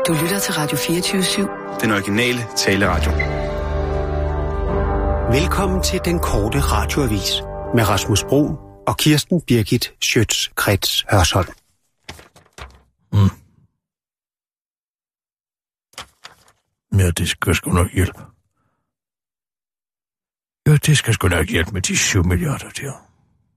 Du lytter til Radio 24/7. Den originale taleradio. Velkommen til den korte radioavis med Rasmus Bro og Kirsten Birgit Schøtz-Krets Hørsholm. Ja, det skal sgu nok hjælpe. Ja, det skal sgu nok hjælpe med de 7 milliarder der.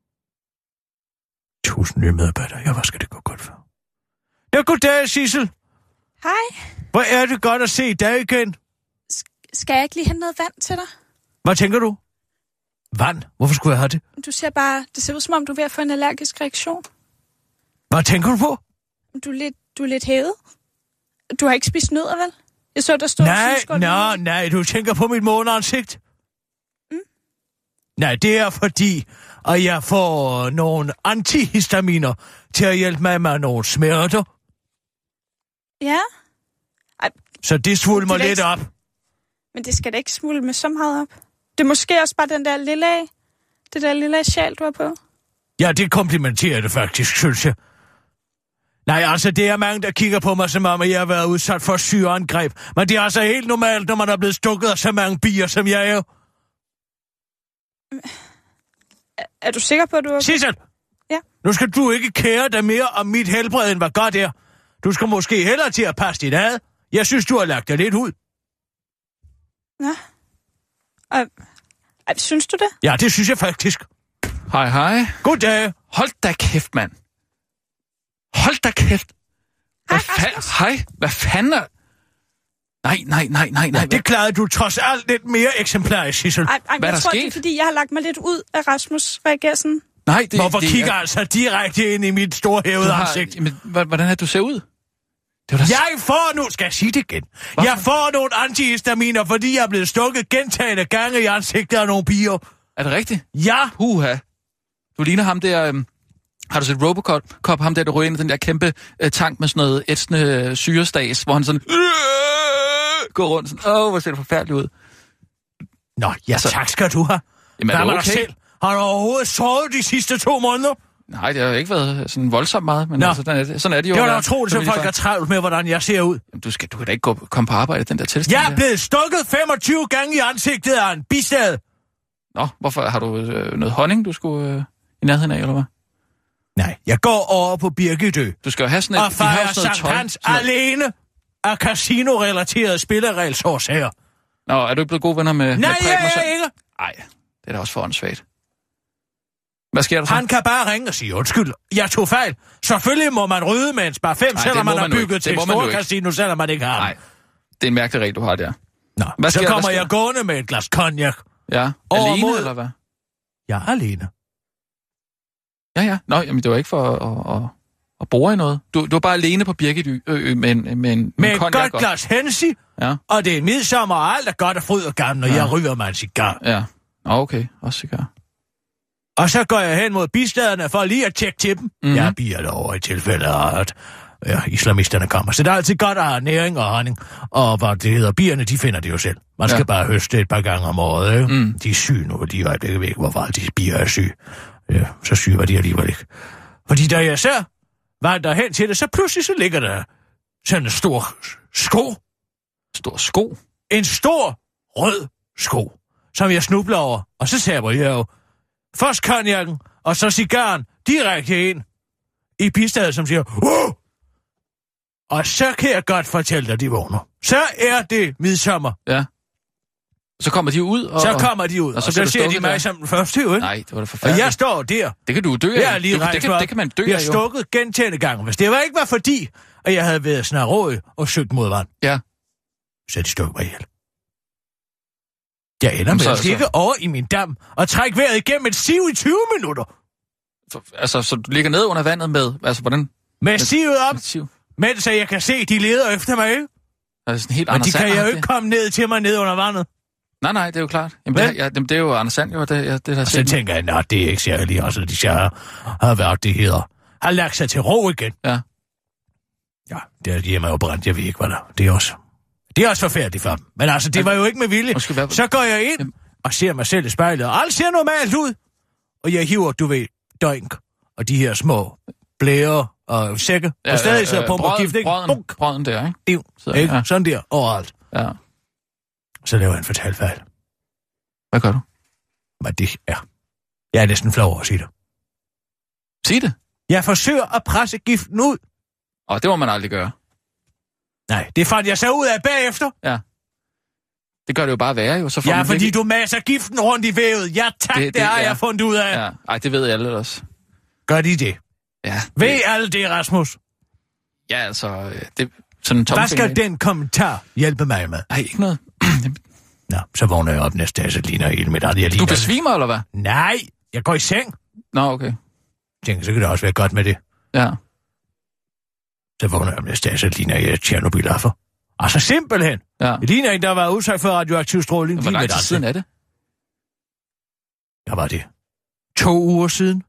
1000 nye medarbejdere. Ja, hvad skal det gå godt for? Ja, goddag, Sissel. Hej. Hvor er det godt at se dig igen. Skal jeg ikke lige hente noget vand til dig? Hvad tænker du? Vand? Hvorfor skulle jeg have det? Du ser bare, det ser ud som om, du er ved at få en allergisk reaktion. Hvad tænker du på? Du er lidt hævet. Du har ikke spist nødder, vel? Jeg så, der stod... Nej, du tænker på mit måneansigt? Nej, det er fordi, at jeg får nogle antihistaminer til at hjælpe mig med nogle smerter. Ja? Ej, så det svulmer lidt ikke... op. Men det skal da ikke smule med så meget op. Det er måske også bare den der lille sjal, du har på. Ja, det komplimenterer det faktisk, synes jeg. Nej, altså, det er mange, der kigger på mig, som om jeg har været udsat for syreangreb. Men det er altså helt normalt, når man er blevet stukket af så mange bier, som jeg er. Er du sikker på, at du er... Sissel! Ja? Nu skal du ikke kære dig mere om mit helbred, end hvad godt er. Du skal måske hellere til at passe dit ad. Jeg synes, du har lagt dig lidt ud. Ja. Synes du det? Ja, det synes jeg faktisk. Hej. Goddag. Hold da kæft, mand. Hold da kæft. Hej, hvad fanden er... Nej. Det klarede du trods alt lidt mere eksemplarisk, Sissel. Hvad er der sket? Det er, fordi jeg har lagt mig lidt ud af Rasmus reagerer. Nej, hvorfor kigger altså direkte ind i mit store hævede ansigt? Men, hvordan er du ser ud? Jeg får nu... Skal jeg sige det igen? Hvorfor? Jeg får nogle antihistaminer, fordi jeg er blevet stukket gentagne gange i ansigtet af nogle piger. Er det rigtigt? Ja. Huha. Du ligner ham der... Har du set Robocop, ham der ryger ind i den der kæmpe tank med sådan noget ætsende syrestas, hvor han sådan... går rundt sådan... hvor ser det forfærdeligt ud. Nå, ja, altså, tak skal du have. Jamen, er det okay? Selv? Har du overhovedet sovet de sidste 2 måneder? Nej, det har ikke været sådan voldsomt meget, men altså, sådan er det jo. Det var da utroligt, så folk er travlt med, hvordan jeg ser ud. Jamen, du kan da ikke komme på arbejde i den der tilstand. Jeg er blevet stukket 25 gange i ansigtet af en bistad. Nå, hvorfor? Har du noget honning, du skulle i nærheden af, eller hvad? Nej, jeg går over på Birgitø. Du skal jo have sådan et... Og fejrer Sankt Hans alene af casino-relaterede spilleregelsårsager. Nå, er du ikke blevet gode venner med... Nej, jeg er ikke. Nej, det er da også for åndssvagt. Hvad sker der så? Han kan bare ringe og sige undskyld. Jeg tog fejl. Selvfølgelig må man rydde med en spar 5, selvom man har bygget til et stort casino, selvom man ikke har. Nej, det er en mærkelig regel, du har der. Nå, så kommer jeg gående med et glas cognac. Ja, alene eller hvad? Jeg er alene. Ja. Nå, jamen det var ikke for at bore i noget. Du var bare alene på Birgitø med et godt glas Hennessy, og det er midsommer, og alt er godt og fryd og gammel, når jeg ryger mig en cigar. Ja, okay, også cigar. Og så går jeg hen mod bistaderne for lige at tjekke til dem. Mm-hmm. Jeg bliver derovre i tilfælde af, at islamisterne kommer. Så det er altid godt at have næring og honning. Og hvad det hedder, bierne, de finder det jo selv. Man skal bare høste et par gange om året, ikke? Mm. De er syge nu, og de er ikke hvorfor alle de bier er syge. Ja, så syge var de alligevel ikke. Fordi da jeg så vandrer hen til det, så pludselig så ligger der sådan en stor sko. Stor sko? En stor rød sko, som jeg snubler over. Og så taber jeg jo først konjakken, og så cigaren direkte ind i bistadet, som siger, Og så kan jeg godt fortælle dig, de vågner. Så er det midsommer. Ja. Så kommer de ud, og så ser de mig som den første, ikke? Nej, det var da forfærdeligt. Og jeg står der. Det kan du dø af. Det kan man dø af, jo. Jeg er stukket gentagne gange. Hvis det var ikke fordi, at jeg havde været snarråd og søgt mod vand. Ja. Så de stukket mig ihjel. Jeg ender med at ligge over i min dam og trække vejret igennem et siv i 20 minutter. Så du ligger ned under vandet med, altså hvordan? Med sivet op, mens jeg kan se, de leder efter mig, ikke? Altså sådan helt men de kan jo ikke komme ned til mig ned under vandet. Nej, det er jo klart. Jamen, det er jo Anders Sand, jo, det der. Og så tænker jeg, nej, det er ikke særligt. Altså, de har været det hedder. Har lagt sig til ro igen. Ja. Ja, det er hjemme jo brændt, jeg ved ikke, hvad der. Det er også forfærdeligt for dem. Men altså, det var jo ikke med vilje. Så går jeg ind og ser mig selv i spejlet, og alt ser normalt ud. Og jeg hiver, du ved, døgn og de her små blære og sække, og stadig sidder og pumper gift, ikke? Brøden der, ikke? Ikke? Ja. Sådan der, overalt. Ja. Så laver jeg en fatal fejl. Hvad gør du? Men det er... Jeg er næsten flov over at sige det. Sig det. Jeg forsøger at presse giften ud. Og det må man aldrig gøre. Nej, det fandt jeg så ud af bagefter. Ja. Det gør det jo bare værre, jo. Så får ja, man fordi virkelig... du masser giften rundt i vævet. Ja, tak, det har jeg fundet ud af. Ja. Ej, det ved alle også. Gør de det? Ja. Ved alle det, Rasmus? Ja, altså... Det, sådan hvad skal den kommentar hjælpe mig med? Nej, ikke noget. Nå, så vågner jeg op næste dag, så ligner hele mit andet. Du besvimer, eller hvad? Nej, jeg går i seng. Nå, okay. Tænker, så kan det også være godt med det. Ja. Så vågner jeg op næste dag, så ligner jeg Tjernobyl-affer. Altså simpelthen. Ja. Det ligner en, der var udsat for radioaktiv stråling. Hvor lang tid siden er det? Ja, var det 2 uger siden.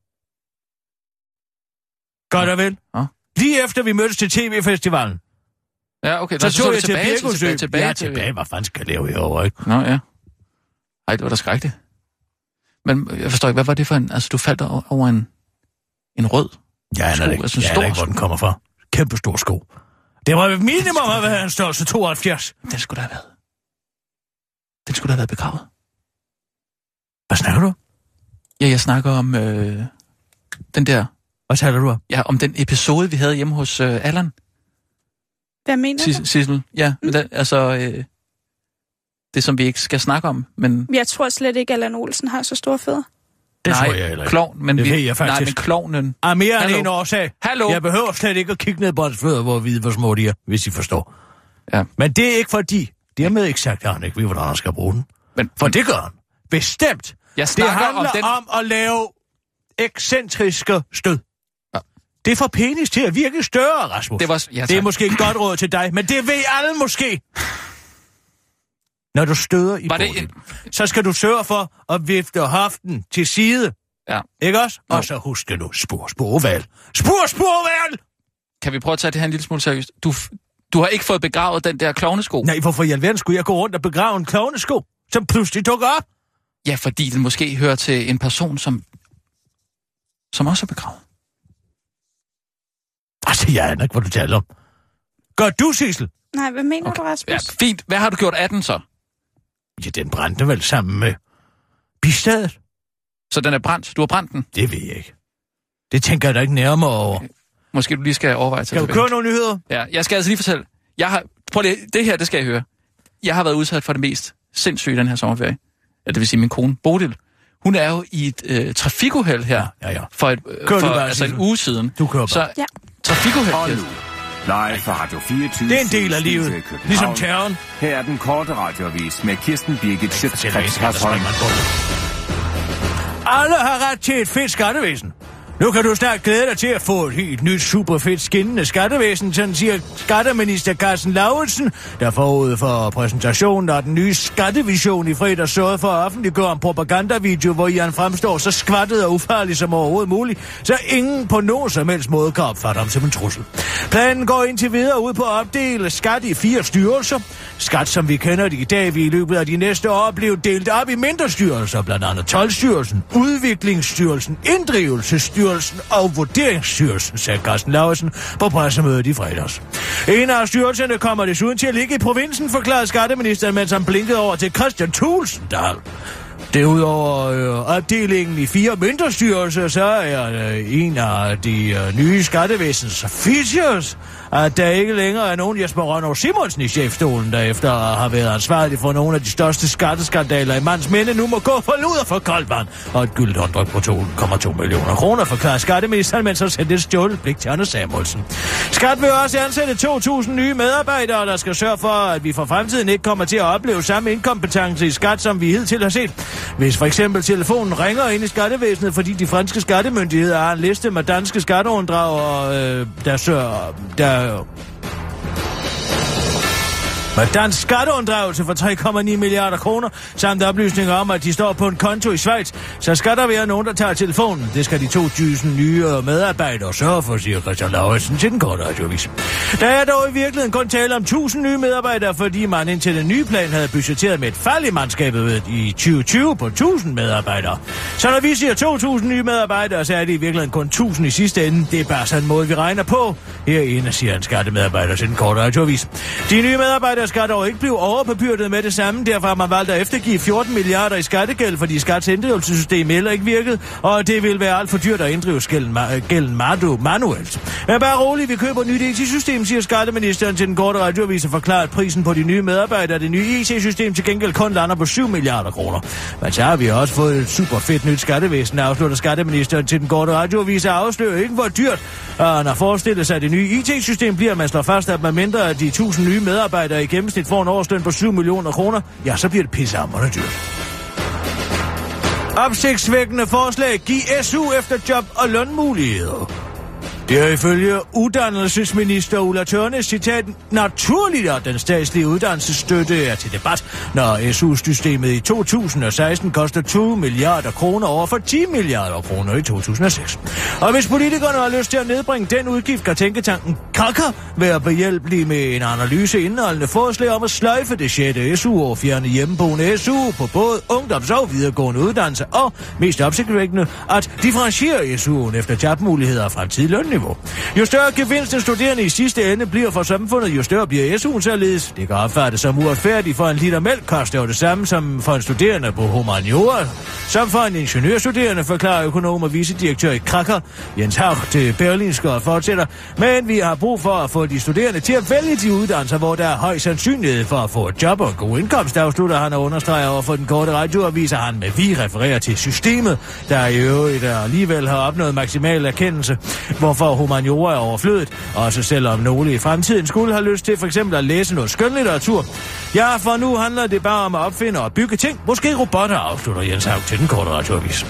Godt og vel. Ja. Lige efter vi mødtes til TV-festivalen. Ja, okay. Så tog jeg til Birkusø. Tilbage. Hvad fanden skal jeg lave herovre, ikke? Nå, ja. Ej, det var da skrækkeligt. Men jeg forstår ikke, hvad var det for en... Altså, du faldt over en rød sko? Jeg aner ikke, hvor den kommer fra. Kæmpe stor sko. Det var minimum at være en størrelse 72. Den skulle da have været. Den skulle da have været begravet. Hvad snakker du? Ja, jeg snakker om den der... Hvad taler du om? Ja, om den episode, vi havde hjemme hos Allan. Hvad mener du? Sissel, ja. Altså, det som vi ikke skal snakke om, men... Jeg tror slet ikke, at Allan Olsen har så store fødder. Det tror jeg heller ikke. Klovn, men det ved jeg faktisk. Nej, men klovnen... Er mere end en årsag. Hallo? Jeg behøver slet ikke at kigge ned på hans fødder, hvor vide, hvor små de er, hvis I forstår. Ja. Men det er ikke fordi... Dermed ikke sagt, at han ikke ved, hvordan han skal bruge den. For det gør han. Bestemt. Det handler om at lave ekscentriske stød. Ja. Det får penis til at virke større, Rasmus. Det er måske et godt råd til dig, men det ved alle måske. Når du støder i båden, så skal du sørge for at vifte hoften til side. Ja. Ikke også? Og så husk nu, spurval. Spurval! Kan vi prøve at tage det her en lille smule seriøst? Du har ikke fået begravet den der klovnesko? Nej, hvorfor i alverden skulle jeg gå rundt og begrave en klovnesko, som pludselig dukker op? Ja, fordi den måske hører til en person, som også er begravet. Altså, jeg aner ikke, hvad du taler om. Gør du, Sissel? Nej, hvad mener du, Rasmus? Ja, fint. Hvad har du gjort af den så? Ja, den brændte vel sammen med bistadet. Så den er brændt? Du har brændt den? Det ved jeg ikke. Det tænker jeg da ikke nærmere over. Okay. Måske du lige skal overveje til. Kan du køre nogle nyheder? Ja, jeg skal altså lige fortælle. Prøv lige, det her, det skal jeg høre. Jeg har været udsat for det mest sindssyge den her sommerferie. Ja, det vil sige min kone, Bodil. Hun er jo i et trafikuheld her. Ja. For en uge siden. Du kører bare. Så trafikuheld. Live fra Radio 24. Det er en del af livet. Ligesom terroren. Her er den korte radioavis med Kirsten Birgit Schøtz-Krets Hasholm. Alle har ret til et fedt skattevæsen. Nu kan du snart glæde dig til at få et helt nyt, super fedt skinnende skattevæsen, sådan siger skatteminister Carsten Lauritsen, der forud for præsentationen af den nye skattevision i fredag sørgede for at offentliggøre en propagandavideo, hvor han fremstår så skvattet og ufarlig som overhovedet muligt, så ingen på nogen som helst måde kan opfatte ham som en trussel. Planen går indtil videre ud på at opdele skat i 4 styrelser. Skat, som vi kender det i dag, vil i løbet af de næste år blive delt op i mindre styrelser, blandt andet Toldstyrelsen, Udviklingsstyrelsen, Inddrivelsesstyrelsen og Vurderingsstyrelsen, sagde Carsten Lauritsen på pressemødet i fredags. En af styrelserne kommer desuden til at ligge i provinsen, forklarede skatteministeren, mens han blinkede over til Christian Tulsendal. Derudover opdelingen i 4 mindre styrelser, så er en af de nye skattevæsens features, at der ikke længere er nogen Jesper Rønnow Simonsen i chefstolen, der efter at have været ansvarlig for nogle af de største skatteskandaler i mands minde, nu må gå for luder for koldt vand. Og et gyldt håndtryk på 2,2 millioner kroner, forklarer skatteministeren, mens han sendte et stjålet blik til Anders Samuelsen. Skat vil også ansætte 2.000 nye medarbejdere, der skal sørge for, at vi for fremtiden ikke kommer til at opleve samme inkompetence i skat, som vi hidtil har set. Hvis for eksempel telefonen ringer ind i skattevæsenet, fordi de franske skattemyndigheder har en liste med danske skatteunddragere, Med dansk skatteunddragelse for 3,9 milliarder kroner, samt oplysninger om, at de står på en konto i Schweiz, så skal der være nogen, der tager telefonen. Det skal de 2.000 nye medarbejdere sørge for, siger Christian Lauritsen til den korte radioavis. Der er dog i virkeligheden kun tale om 1.000 nye medarbejdere, fordi man indtil den nye plan havde budgetteret med et fald i mandskabet i 2020 på 1.000 medarbejdere. Så når vi siger 2.000 nye medarbejdere, så er det i virkeligheden kun 1.000 i sidste ende. Det er bare sådan en måde, vi regner på. Herinde siger en skattemedarbejder til den korte radioavis. De nye medarbejdere skal dog ikke blive overbebyrdet med det samme. Derfor har man valgt at eftergive 14 milliarder i skattegæld, fordi Skats inddrivelsessystem heller ikke virkede, og det vil være alt for dyrt at inddrive gælden manuelt. Men bare roligt, vi køber et nyt IT-system, siger skatteministeren til den korte radioavis og forklarer, at prisen på de nye medarbejdere, det nye IT-system til gengæld kun lander på 7 milliarder kroner. Men så har vi også fået et super fedt nyt skattevæsen, afslutter skatteministeren til den korte radioavis og afslører ikke, hvor dyrt når forestillet sig, at det nye IT-system bliver, man slår fast, at man mindre af de 1.000 nye medarbejdere i gennemsnit får en årsløn på 7 millioner kroner, ja, så bliver det pissehamrende dyrt. Opsigtsvækkende forslag. Giv SU efter job og lønmuligheder. Det er ifølge uddannelsesminister Ulla Tørnæs citat naturligt, at den statslige uddannelsesstøtte er til debat, når SU-systemet i 2016 koster 2 milliarder kroner over for 10 milliarder kroner i 2006. Og hvis politikerne har lyst til at nedbringe den udgift, kan tænketanken Krakker være behjælpelig med en analyse indeholdende forslag om at sløjfe det 6. SU-år, fjerne hjemmeboende SU på både ungdoms- og videregående uddannelse, og mest opsigtsvækkende at differentiere SU'en efter jobmuligheder og fremtidig lønniveau. Jo større gevinst den studerende i sidste ende bliver for samfundet, jo større bliver SU'en således. Det kan opfattes som uretfærdigt, for en liter mælk koster jo det samme som for en studerende på humaniora, som for en ingeniørstuderende, forklarer økonom og vicedirektør i Krakker, Jens Haug til Berlingske og fortsætter. Men vi har brug for at få de studerende til at vælge de uddannelser, hvor der er høj sandsynlighed for at få et job og en god indkomst, afslutter han og understreger over for den korte radioavis, at han med vi refererer til systemet, der i øvrigt alligevel har opnået maksimal erkendelse, hvorfor humaniora er overflødet, også selvom nogle i fremtiden skulle have lyst til for eksempel at læse noget skønlitteratur. Ja, for nu handler det bare om at opfinde og bygge ting, måske robotter, afslutter Jens Haug til den korte radioavis.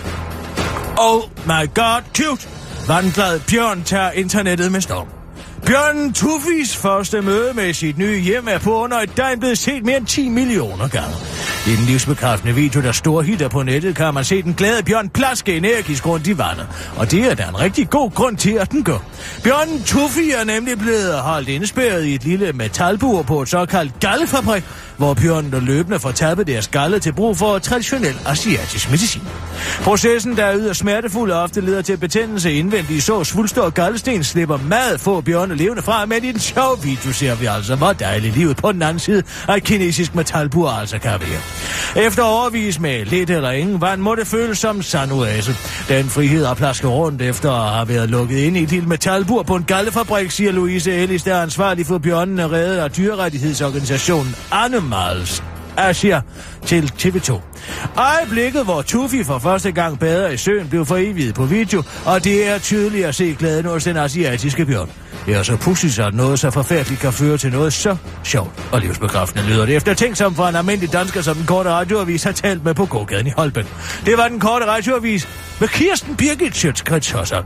Oh my god, cute! Vandglad Bjørn tager internettet med storm. Bjørnen Tuffis første møde med sit nye hjem er på under et døgn blevet set mere end 10 millioner gange. I den livsbekræftende video, der storhitter på nettet, kan man se den glade bjørn plaske energisk rundt i vandet. Og det er der en rigtig god grund til, at den gør. Bjørnen Tuffi er nemlig blevet holdt indespærret i et lille metalbur på et såkaldt gallefabrik, hvor bjørnen løbende får tappet deres galle til brug for traditionel asiatisk medicin. Processen, der er yderst smertefuld og ofte leder til betændelse indvendigt i så svulster og galdesten, slipper meget få bjørne levende fra, men i den sjove video ser vi altså, hvor dejligt livet på den anden side af et kinesisk metalbur altså kan være. Efter overvis med lidt eller ingen vand, må det føles som sanuase. Den frihed at plaske rundt efter at have været lukket ind i et lille metalbur på en gallefabrik, siger Louise Ellis, der er ansvarlig for bjørnene reddet af dyrerettighedsorganisationen Animals Asia til TV2. Øjeblikket, hvor Tuffi for første gang bader i søen, blev foreviget på video, og det er tydeligt at se glæden hos den asiatiske bjørn. Det er så pudsigt, at noget så forfærdeligt kan føre til noget så sjovt og livsbekræftende, lyder det eftertænksomt for en almindelig dansker, som den korte radioavis har talt med på gågaden i Holbæk. Det var den korte radioavis med Kirsten Birgit Schøtz-Krets Hørsholm.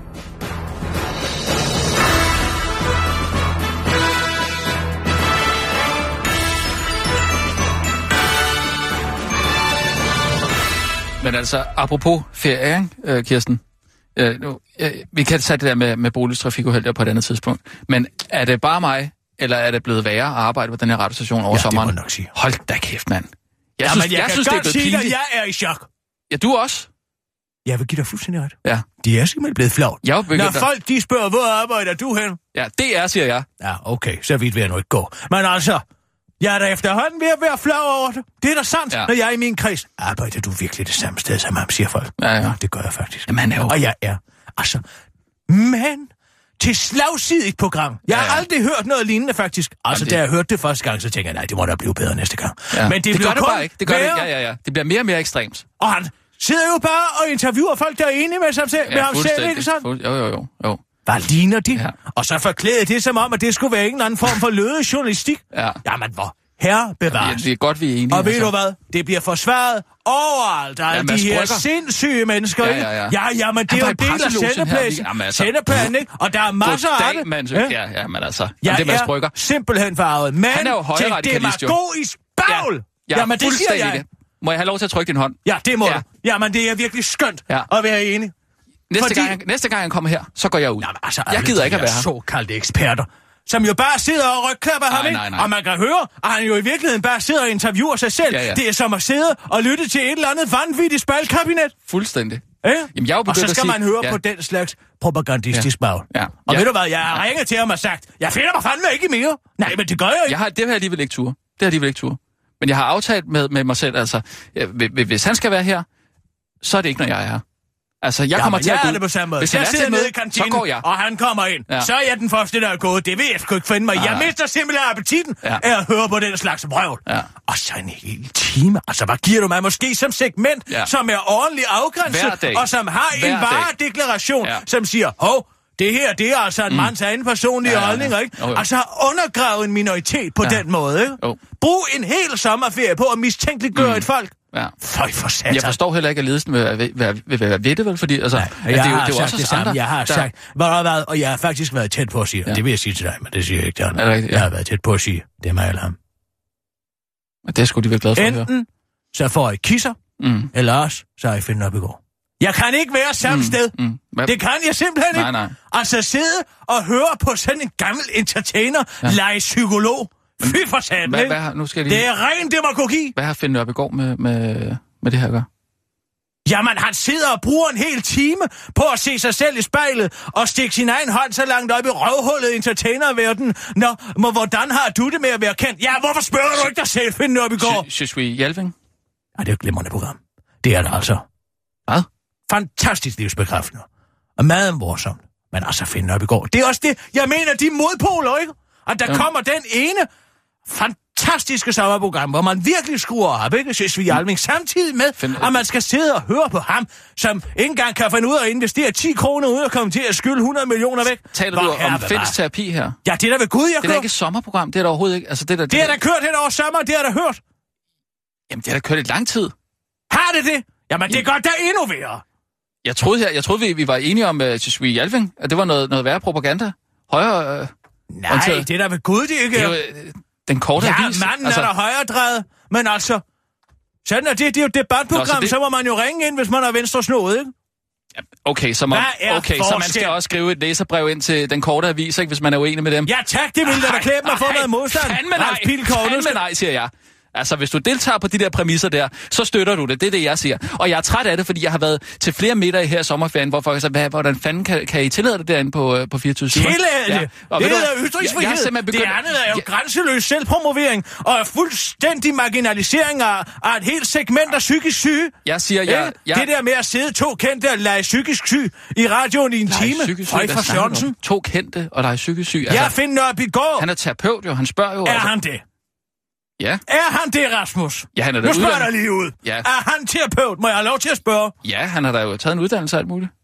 Men altså, apropos ferie, ikke, Kirsten? Vi kan tage det der med boligtrafikuheld på et andet tidspunkt. Men er det bare mig, eller er det blevet værre at arbejde på den her radiostation over sommeren? Det må nok sige. Hold da kæft, mand. Jeg synes, det er sige, at jeg er i chok. Ja, du også. Jeg vil give dig fuldstændig ret. Ja. Det er simpelthen blevet flavt. Når folk de spørger, hvor arbejder du hen? Ja, det er, siger jeg. Ja, okay, så vidt vil jeg nu ikke gå. Men altså, jeg er da efterhånden ved at være flov over det. Det er da sandt, ja. Når jeg er i min kreds. Arbejder du virkelig det samme sted som ham, siger folk. Ja. Det gør jeg faktisk. Jamen, jo. Og jeg er, altså, men til slagsidigt program. Jeg har aldrig hørt noget lignende, faktisk. Altså, da jeg hørte det første gang, så tænker jeg, nej, det må da blive bedre næste gang. Ja. Men det gør det bare ikke. Det gør det. Ja. Det bliver mere og mere ekstremt. Og han sidder jo bare og interviewer folk, der er enige med sig selv. Ja, med ham selv, ikke sådan? Jo. Hvad ligner det? Ja. Og så forklæder det som om, at det skulle være ingen anden form for løde journalistik. Ja. Jamen, hvor Herre bevares. Ja, det er godt, vi er enige. Og ved du hvad? Det bliver forsvaret overalt. Alle de her sindssyge mennesker, ikke? Ja, men det er jo en del af sendeplanen, ikke? Og der er masser af det. Ja, men altså... Jeg det er Brygger. Simpelthen farvet. Men han er jo højradikalist, jo. demagogisk bagl! Ja, jamen, det siger jeg. Det. Må jeg have lov til at trykke din hånd? Ja, det må du. Jamen, det er virkelig skønt at være enig. Næste gang han kommer her, så går jeg ud. Jamen, altså, jeg gider ikke at være her. Såkaldte eksperter, som jo bare sidder og rygklapper ham, ikke? Og man kan høre, at han jo i virkeligheden bare sidder og interviewer sig selv. Ja. Det er som at sidde og lytte til et eller andet vanvittigt spaltkabinet. Fuldstændig. Jamen, og så skal man høre på den slags propagandistisk bag. Ja. Og ved du hvad, jeg har ringet til ham og sagt, jeg finder mig fandme ikke mere. Nej, men det gør jeg ikke. Det har jeg alligevel ikke tur. Men jeg har aftalt med mig selv, altså, hvis han skal være her, så er det ikke, når jeg er her. Altså, jeg kommer til at gå ud. Det på samme måde. Hvis jeg sidder nede i kantinen, så går jeg. Og han kommer ind, så er jeg den første, der er gået. Det vil jeg sgu ikke finde mig. Jeg mister simpelthen appetitten af at høre på den slags vrøvl. Og så en hel time. Altså, hvad giver du mig måske som segment, som er ordentligt afgrænset, og som har en varedeklaration, som siger, hov, det her, det er altså en mands egen personlige holdninger, ikke? Altså undergrave en minoritet på den måde, ikke? Brug en hel sommerferie på at mistænkeliggøre et folk. Ja. For satan. Jeg forstår heller ikke, at ledelsen vil være ved det, vel? Fordi, altså, det er jo også det samme. Jeg har sagt, og jeg har faktisk været tæt på at sige, det vil jeg sige til dig, men det siger jeg ikke til andre. Jeg har været tæt på at sige, det er mig eller ham. Og det skulle de være glade for at høre. Enten så får I kisser, eller også så har I fundet op i går. Jeg kan ikke være samme sted. Det kan jeg simpelthen ikke. Nej. Altså sidde og høre på sådan en gammel entertainer, lege psykolog. Fy for satan, det er ren demagogi. Hvad har fundet op i går med det her at gøre? Jamen, han sidder og bruger en hel time på at se sig selv i spejlet og stikke sin egen hånd så langt op i røvhullet i entertainerverdenen. Nå, hvordan har du det med at være kendt? Ja, hvorfor spørger du ikke dig selv, finde op i går? Synes vi Hjalving? Ja, det er et glimrende program. Det er det altså. Hvad? Fantastisk livsbekræftende. Og meget morsomt. Men altså, finde op i går. Det er også det, jeg mener, de modpoler, ikke? At der kommer den ene fantastiske sommerprogram, hvor man virkelig skruer op, ikke? Synes vi Hjalming, samtidig med, at man skal sidde og høre på ham, som ikke engang kan finde ud af at investere 10 kroner uden at komme til at skylde 100 millioner væk. Taler du om fællesterapi her? Ja, det er da ved Gud, jeg Det er da ikke et sommerprogram, det er der overhovedet ikke. Altså, det er da kørt hen over sommer, det er da hørt. Jamen, det er da kørt i lang tid. Har det? Jamen, det gør da endnu værre. Jeg troede vi var enige om Synes vi Hjalving, at det var noget værre propaganda. Højere... Nej, det er da ved Gud, det ikke. Det er jo den korte avis. Ja, manden er der højredrejet, men altså... Sådan er det er jo et debatprogram, så må man jo ringe ind, hvis man er venstresnået, ikke? Okay, så man skal også skrive et læserbrev ind til den korte avis, ikke, hvis man er uenig med dem. Ja tak, det ville da klæbe mig for noget modstand. Fandme nej, siger jeg. Altså, hvis du deltager på de der præmisser der, så støtter du det. Det er det, jeg siger. Og jeg er træt af det, fordi jeg har været til flere middag her i sommerferien, hvor folk siger, hvordan fanden kan I tillade det derinde på 24/7? Tillade det? Det er ytringsfrihed. Det andet er jo grænseløs selvpromovering og fuldstændig marginalisering af et helt segment af psykisk syge. Jeg siger, det der med at sidde 2 kendte og lege psykisk syg i radioen i en time. Høj fra Sørensen. 2 kendte og lege psykisk syg. Altså, jeg finder op i går. Han er terapeut jo, han spørger jo. Er han det? Ja. Er han det, Rasmus? Ja, han er nu spørger jeg lige ud. Ja. Er han terapeut? Må jeg have lov til at spørge? Ja, han har da jo taget en uddannelse af alt muligt.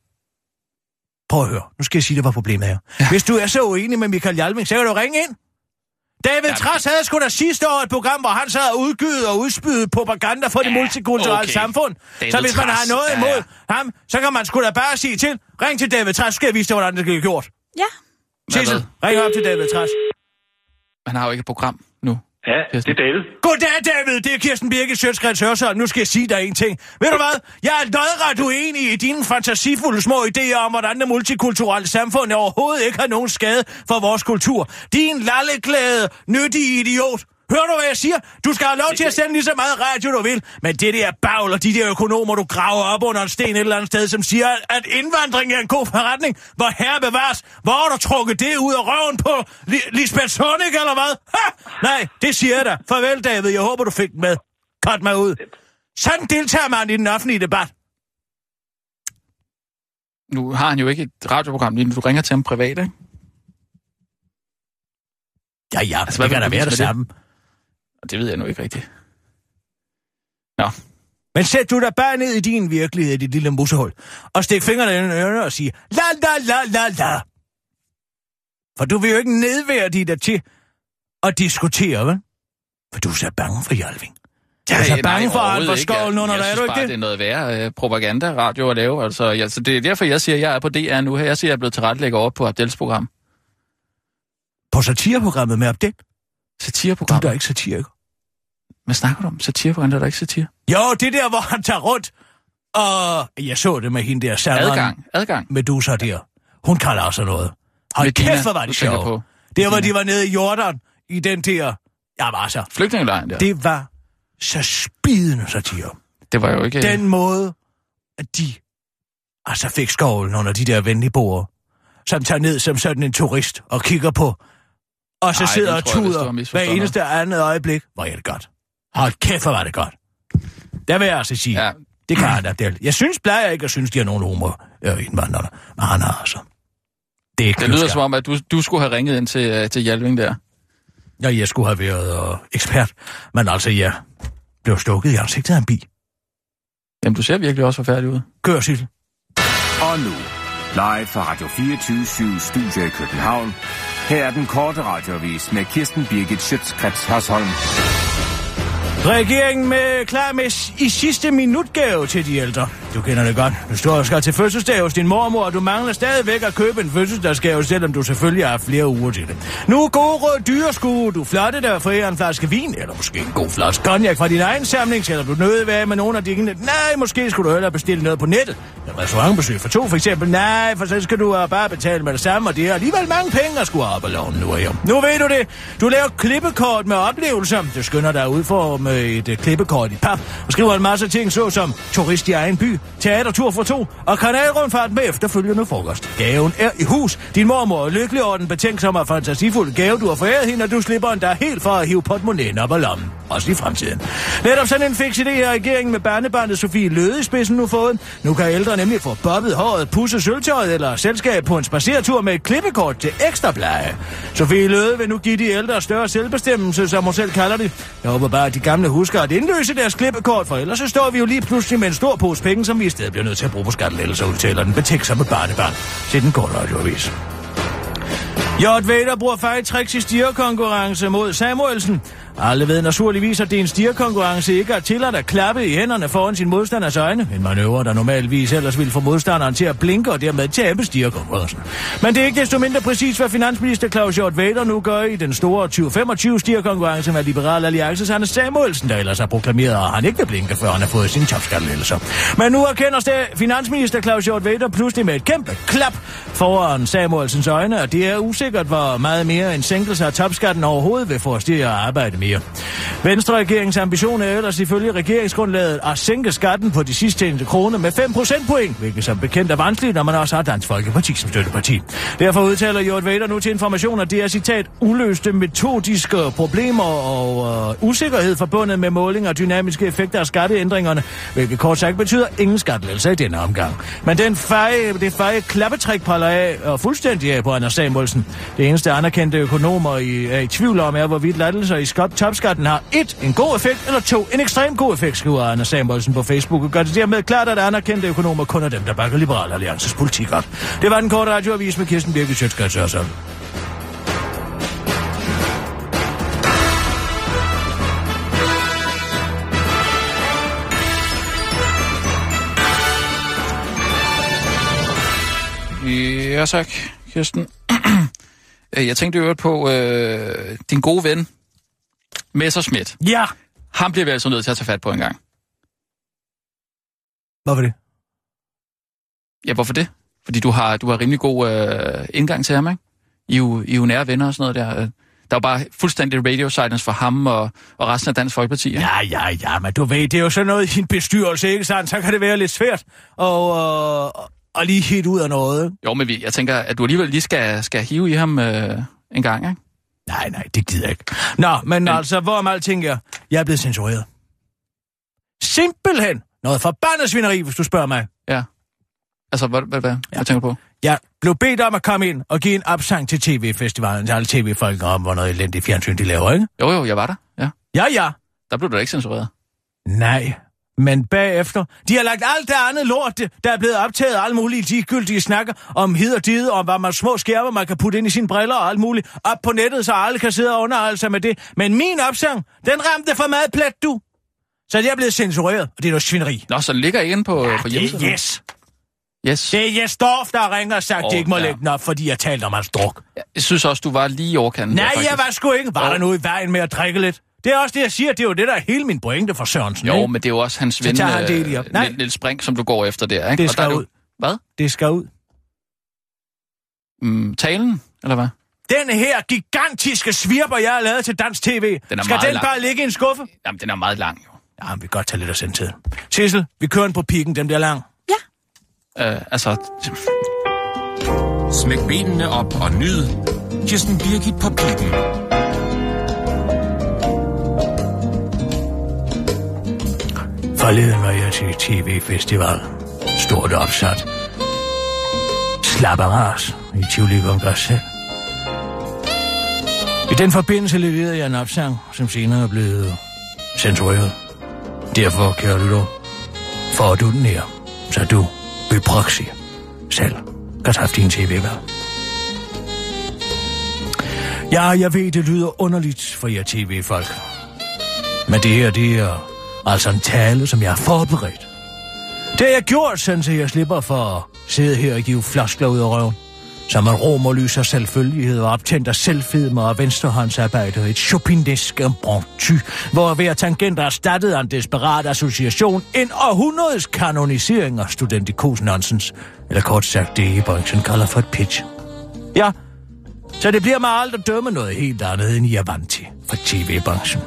Prøv at høre. Nu skal jeg sige, hvad problemet er. Ja. Hvis du er så uenig med Michael Hjalming, så kan du ringe ind. David Trads havde sgu da sidste år et program, hvor han sad og udgydet og udspydet propaganda for det multikulturelle samfund. David så hvis man har noget imod ham, så kan man sgu da bare sige til. Ring til David Trads, så skal jeg vise dig, hvordan det bliver gjort. Ja. Sissel, ring op til David Trads. Han har jo ikke et program nu. Ja, det er David. Goddag, David. Det er Kirsten Birgit Sjøtskreds Hørsholm. Nu skal jeg sige dig en ting. Ved du hvad? Jeg er lodret uenig i dine fantasifulde små idéer om, hvordan det multikulturelle samfund overhovedet ikke har nogen skade for vores kultur. Din lalleglade, nyttige idiot. Hører du, hvad jeg siger? Du skal have lov til at sende lige så meget radio, du vil. Men det der bagl og de der økonomer, du graver op under en sten et eller andet sted, som siger, at indvandring er en god forretning, hvor herre bevares, hvor har du trukket det ud af røven på Lisbeth Zornig, eller hvad? Ha! Nej, det siger jeg da. Farvel, David. Jeg håber, du fik den med. Cut mig ud. Sådan deltager man i den offentlige debat. Nu har han jo ikke et radioprogram, lige du ringer til ham privat, ikke? Ja, altså, hvad kan der være det samme? Det ved jeg nu ikke rigtigt. Nå. Men sæt du dig bare ned i din virkelighed, i dit lille musehul, og stik fingrene i ørerne og sige, la la la la la. For du vil jo ikke nedværdige dig til at diskutere, vel? For du er så bange for Jalving. Du er så bange for at få skovlen under dig, er du ikke det? Det er noget værre propaganda-radio at lave. Altså, så det er derfor, jeg siger, at jeg er på DR nu. Jeg siger, at jeg er blevet tilrettelægger over på Abdels program. På satireprogrammet med Abdel? Satireprogram? Du er da ikke satiriker. Hvad snakker du om? Satireprogram, der er der ikke satire? Jo, det der, hvor han tager rundt. Og jeg så det med hende der Sandra. Adgang. Medusa der. Hun kalder også noget. Hold kæft, hvor var det sjovt. Der, hvor de var nede i Jordan, i den der... Ja, var så. Flygtningelejren der. Det var så spidende satire. Det var jo ikke... Den måde, at de altså fik skovlen under de der venlige borde, som tager ned som sådan en turist og kigger på, og så sidder og tuder hver eneste andet øjeblik. Hvor er det godt. Hold kæft, hvor var det godt. Der vil jeg altså sige, ja. Det kan han da. Jeg synes, plejer ikke at synes, de har nogen humor indvandrere. Men han har altså. Det lyder som om, at du skulle have ringet ind til Jalving der. Ja, jeg skulle have været ekspert. Men altså, jeg blev stukket i ansigtet af en bi. Jamen, du ser virkelig også forfærdelig ud. Kør, Sissel. Og nu, live fra Radio 24/7 Studio i København. Her er den korte radioavis med Kirsten Birgit Schøtz-Krets Hørsholm. Regeringen klar med i sidste minutgave til de ældre. Du kender det godt. Du står og skal til fødselsdag hos din mormor, og du mangler stadigvæk at købe en fødselsdagsgave, selvom du selvfølgelig har flere uger til det. Nu gode råd dyreskud. Du flotte der for en flaske vin, eller måske en god flaske cognac fra din egen samling, selvom du nødig være med nogen af dine. Nej, måske skulle du hellere bestille noget på nettet. Et restaurantbesøg for 2 for eksempel. Nej, for så skal du bare betale med det samme, og det er alligevel mange penge at skulle op og låne nu og her. Nu ved du det. Du laver klippekort med oplevelser. Du skynder dig ud for med et klippekort i pap og skriver en masse ting, såsom turist i egen by, teatertur for 2 og kanalrundfart med efterfølgende frokost. Gaven er i hus. Din mormor er lykkelig over den betænksomme og fantasifulde gave, du har foræret hende, og du slipper endda helt for at hive portemonnaien op af lommen. Også i fremtiden. Netop sådan en fiks idé har regeringen med barnebarnet Sofie Løde i spidsen nu fået. Nu kan ældre nemlig få bobbet håret, pudse sølvtøjet eller selskab på en spadsertur med et klippekort til ekstra pleje. Sofie Løde vil nu give de ældre større selvbestemmelse, som hun selv kalder det. Jeg håber bare, at de gamle husker at indløse deres klippekort, for ellers så står vi jo lige pludselig med en stor pose penge, som vi i stedet bliver nødt til at bruge på skattelettelser, udtaler den betænksomme barnebarn til den korte radioavis. J. Vader bruger fejltricks i stierkonkurrence mod Samuelsen. Alle ved naturligvis, at det er en stierkonkurrence ikke er tilladt at klappe i hænderne foran sin modstanders øjne. En manøvre, der normalvis ellers ville få modstanderen til at blinke og dermed tabe stierkonkurrencen. Men det er ikke desto mindre præcis, hvad finansminister Claus Hjort Vader nu gør i den store 2025 stierkonkurrence med Liberal Alliances Anders Samuelsen, der ellers har proklameret, at han ikke vil blinke, før han har fået sine topskattelettelser. Men nu erkender finansminister Claus Hjort Vader pludselig med et kæmpe klap foran Samuelsens øjne, og det er usikkert, hvor meget mere en sænkelse af topskatten overhovedet vil forstyrre at arbejde mere. Venstre-regeringens ambition er ellers ifølge regeringsgrundlaget at sænke skatten på de sidst tjente kroner med 5 procentpoint, hvilket som bekendt er vanskeligt, når man også har Dansk Folkeparti som støtteparti. Derfor udtaler Hjort Vader nu til Information, at det er citat uløste metodiske problemer og usikkerhed forbundet med måling og dynamiske effekter af skatteændringerne, hvilket kort sagt betyder ingen skattelettelse i denne omgang. Men det feje klappetræk praller af og fuldstændig af på Anders Samuelsen. Det eneste anerkendte økonomer er i tvivl om, er hvorvidt lettelser i topskatten har 1. en god effekt, eller 2. en ekstrem god effekt, skriver Anders Samuelsen på Facebook, og gør det dermed klart, at anerkendte økonomer kun er dem, der bakker Liberal Alliances politik op. Det var den korte radioavis med Kirsten Birgit Schøtz-Krets Hørsholm. Ja, tak, Kirsten. Jeg tænkte jo på din gode ven, Messerschmidt. Ja. Ham bliver vi altså nødt til at tage fat på en gang. Hvorfor det? Ja, hvorfor det? Fordi du har rimelig god indgang til ham, ikke? I er jo nære venner og sådan noget der. Der er jo bare fuldstændig radio silence for ham og resten af Dansk Folkeparti, ikke? Ja, men du ved, det er jo sådan noget i en bestyrelse, ikke sandt? Så kan det være lidt svært og lige helt ud af noget. Jo, men jeg tænker, at du alligevel lige skal hive i ham en gang, ikke? Nej, det gider jeg ikke. Nå, men altså, hvorom alting jeg er blevet censureret. Simpelthen noget forbandet svineri, hvis du spørger mig. Ja. Altså, hvad tænker du på? Jeg blev bedt om at komme ind og give en opsang til TV-festivalen, til alle tv-folk om, hvor noget elendigt fjernsyn de laver, ikke? Jo, jeg var der, ja. Ja. Der blev du da ikke censureret. Nej, Men bagefter, de har lagt alt det andet lort, der er blevet optaget, alle mulige ligegyldige snakker om hid og did, om hvad man små skærmer, man kan putte ind i sine briller og alt muligt, op på nettet, så alle kan sidde og underholde sig med det. Men min opsang, den ramte for meget plet, du. Så det er blevet censureret, og det er noget svineri. Nå, så den ligger inde på hjemmesiden? Det er yes. Yes. Det er Jes Dorf, der ringer og sagt, at de ikke må lægge den op, fordi jeg talte om hans druk. Jeg synes også, du var lige i overkanten. Nej, jeg var sgu ikke. Var der noget i vejen med at drikke lidt? Det er også det, jeg siger. Det er jo det, der er hele min pointe for Sørensen. Jo, ikke? men det er jo også hans ven, Niels Brink, som du går efter der, ikke? Det skal ud. Hvad? Det skal ud. Talen, eller hvad? Den her gigantiske svirper, jeg har lavet til dansk tv, skal den lang. Bare ligge i en skuffe? Jamen, den er meget lang, jo. Ja, vi kan godt tage lidt af sendtiden. Sissel, vi kører den på pikken, den bliver lang. Ja. Smæk benene op og nyd Kirsten Birgit på pikken. Forleden var jeg til TV-festival. Stort opsat. Slapperas i Tivoli Kongress. I den forbindelse leverede jeg en opsang, som senere er blevet censureret. Derfor, kære lytter, får du den her, så du ved proxy selv kan træffe din tv-valg. Ja, jeg ved, det lyder underligt for jer tv-folk. Men det her, det er altså en tale, som jeg har forberedt. Det har jeg gjort, så jeg slipper for at sidde her og give floskler ud af røven. Som en romerlyser selvfølgelighed og optændt af selvfedme og venstrehåndsarbejde. Et chopinesk impromptu, hvor hver tangent er erstattet af en desperat association. En århundredes kanonisering af studentikos nonsens. Eller kort sagt det, i branchen kalder for et pitch. Ja, så det bliver mig aldrig at dømme noget helt andet, end I er vant til for tv-branchen.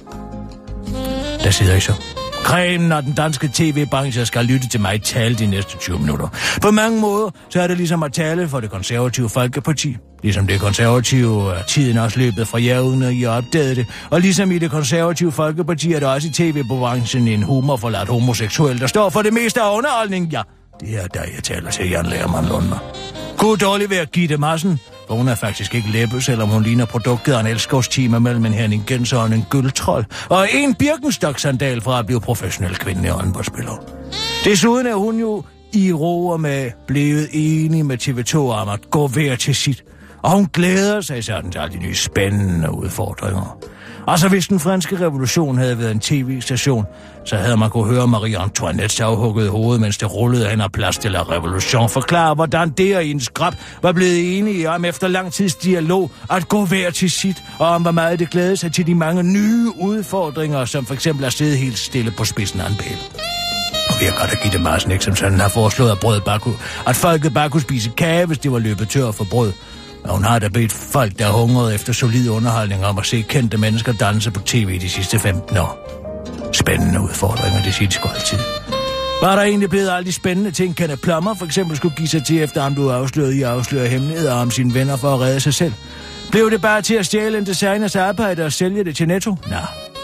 Der sidder I så. Kremen og den danske tv-branche skal lytte til mig tale de næste 20 minutter. På mange måder, så er det ligesom at tale for det konservative Folkeparti. Ligesom det konservative er tiden også løbet fra jer, uden at I har opdaget det. Og ligesom i det konservative Folkeparti er der også i tv-branchen en humorforladt homoseksuel, der står for det meste af underholdning. Ja, det er der, jeg taler til Jan Lærmann Lundmer. God dårlig ved at give det massen. For hun er faktisk ikke læbe, selvom hun ligner produktet af en elskovstime mellem en Henning Genser og en gyldtrold. Og en Birkenstock-sandal fra at blive professionel kvindelig håndboldspiller. Desuden er hun jo i roer med blevet enig med TV2 om at gå hver til sit. Og hun glæder sig sådan til alle de nye spændende udfordringer. Altså hvis den franske revolution havde været en tv-station, så havde man kunne høre Marie Antoinettes afhuggede hoved, mens det rullede hen af Place de la Revolution, forklare, hvordan det og ens skrab var blevet enige om efter lang tids dialog at gå hver til sit, og om hvor meget det glædede sig til de mange nye udfordringer, som for eksempel at sidde helt stille på spidsen af en pæl. Og vi har godt at give det Marsen, ikke som sådan har foreslået, at folket bare kunne spise kage, hvis det var løbet tør for brød. Og hun har da bedt folk, der hungrede efter solid underholdning, om at se kendte mennesker danse på tv de sidste 15 år. Spændende udfordringer, det siger de sgu altid. Var der egentlig blevet alle de spændende ting, Kenneth Plummer for eksempel skulle give sig til, efter han blev afsløret i at afsløre hemmeligheder om sine venner for at redde sig selv? Blev det bare til at stjæle en designers arbejde og sælge det til Netto? Nej,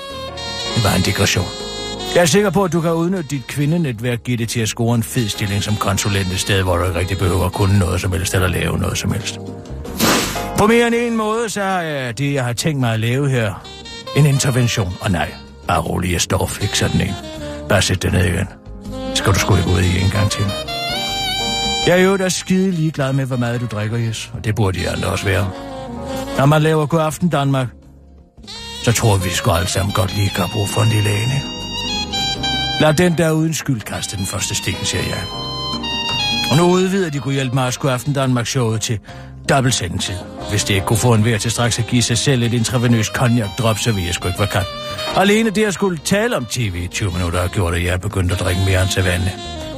det var en digression. Jeg er sikker på, at du kan udnytte dit kvindenetværk, give det til at score en fed stilling som konsulent et sted, hvor du ikke rigtig behøver at kunne noget som helst eller lave noget som helst. På mere end en måde, så er det, jeg har tænkt mig at lave her, en intervention. Og nej, bare rolig, jeg står ikke sådan en. Bare sæt det ned igen. Skal du sgu ikke ud i en gang til. Jeg er jo da skide ligeglad med, hvor meget du drikker, Jes. Og det burde de andre også være. Når man laver God Aften Danmark, så tror vi sgu alle sammen godt lige kan bruge for en lille ane. Lad den der uden skyld kaste den første sten, siger jeg. Og nu udvider de kunne hjælpe mig at God Aften Danmark-showet til dobbelt sendetid. Hvis det ikke kunne få en vejr til straks at give sig selv et intravenøst cognac-drop, så vil jeg sgu ikke være kan. Alene det at skulle tale om tv i 20 minutter har gjort, at jeg er begyndt at drikke mere end sædvanligt.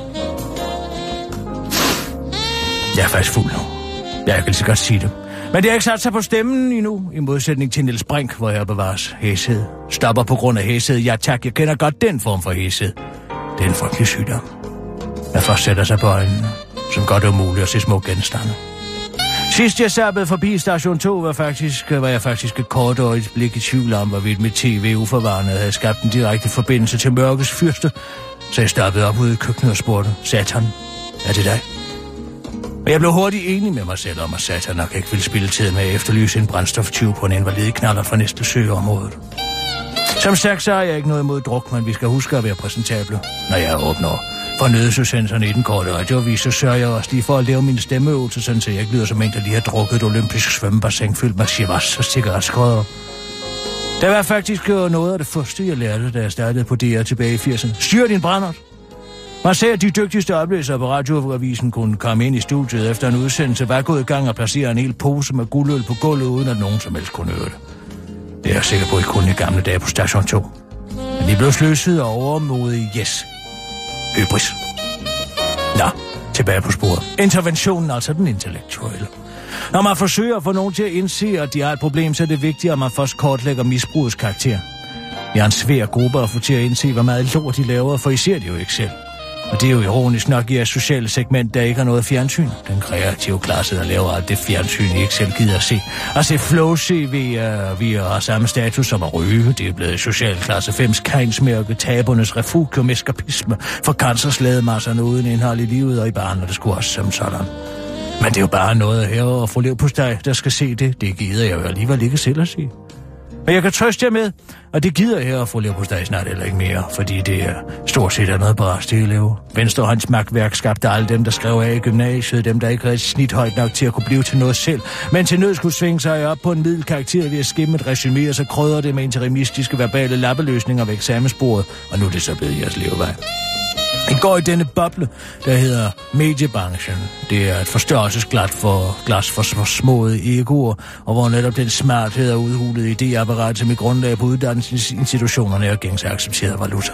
Jeg er faktisk fuld nu. Jeg kan lige så godt sige det. Men det har ikke sat sig på stemmen endnu, i modsætning til Niels Brink, hvor jeg bevares hæshed. Stopper på grund af hæshed. Ja tak, jeg kender godt den form for hæshed. Det er en frygtelig sygdom. Jeg først sætter sig på øjnene, som godt er umuligt at se små genstande. Sidst jeg sappede forbi station 2, var jeg faktisk et kort øjeblik i tvivl om, hvorvidt mit tv uforvarende havde skabt en direkte forbindelse til mørkets fyrste. Så jeg stoppede op ude i køkkenet og spurgte, Satan, er det dig? Og jeg blev hurtigt enig med mig selv om, at Satan nok ikke ville spille tid med at efterlyse en brændstoftyv på en invalideknaller fra næste søgeområdet. Som sagt, så har jeg ikke noget imod druk, men vi skal huske at være præsentable, når jeg åbner for nødsudsendelserne i den korte radioavis, så sørger jeg også lige for at lave min stemmeøvelse, sådan så jeg ikke lyder som en, der lige har drukket et olympisk svømmebassin fyldt med chivas og cigaretskrødder. Det var faktisk noget af det første, jeg lærte, da jeg startede på DR tilbage i 80'erne. Styr din brændert! Man sagde, at de dygtigste oplæsere på radioavisen kunne komme ind i studiet efter en udsendelse, var gået i gang og placere en hel pose med guldøl på gulvet, uden at nogen som helst kunne høre det. Det er jeg sikker på, at I kunne i gamle dage på Station 2. Men de blev sløset og overmodige yes. Hybris. Nå, tilbage på sporet. Interventionen, altså den intellektuelle. Når man forsøger at få nogen til at indse, at de har et problem, så er det vigtigt, at man først kortlægger misbrugets karakter. Jeg er en svær gruppe at få til at indse, hvor meget lort de laver, for I ser det jo ikke selv. Og det er jo ironisk nok i et socialt segment, der ikke har noget fjernsyn. Den kreative klasse, der laver alt det fjernsyn, I ikke selv gider at se. At se flow-CV, vi har samme status som at ryge. Det er blevet social klasse 5's kejnsmærke, tabernes refugium, eskapisme, for cancerslademasserne uden indhold i livet og i barnet, det skulle også som sådan. Men det er jo bare noget her og få liv på dig, der skal se det. Det gider jeg jo alligevel ikke selv at se. Men jeg kan trøste jer med, og det gider her at få liv på dig snart eller ikke mere, fordi det er stort set noget bras til elever. Venstrehåndsmagtværk skabte alle dem, der skrev af i gymnasiet, dem der ikke havde snit højt nok til at kunne blive til noget selv, men til nød skulle svinge sig op på en middelkarakter ved at skimme et resumé, og så krydder det med interimistiske verbale lappeløsninger ved eksamensbordet, og nu er det så blevet jeres levevej. I går i denne boble, der hedder mediebranchen. Det er et forstørrelsesglas for småede egoer, og hvor netop den smarthed og udhulet idéapparat som i grundlag på uddannelsesinstitutionerne er gængs accepteret valuta.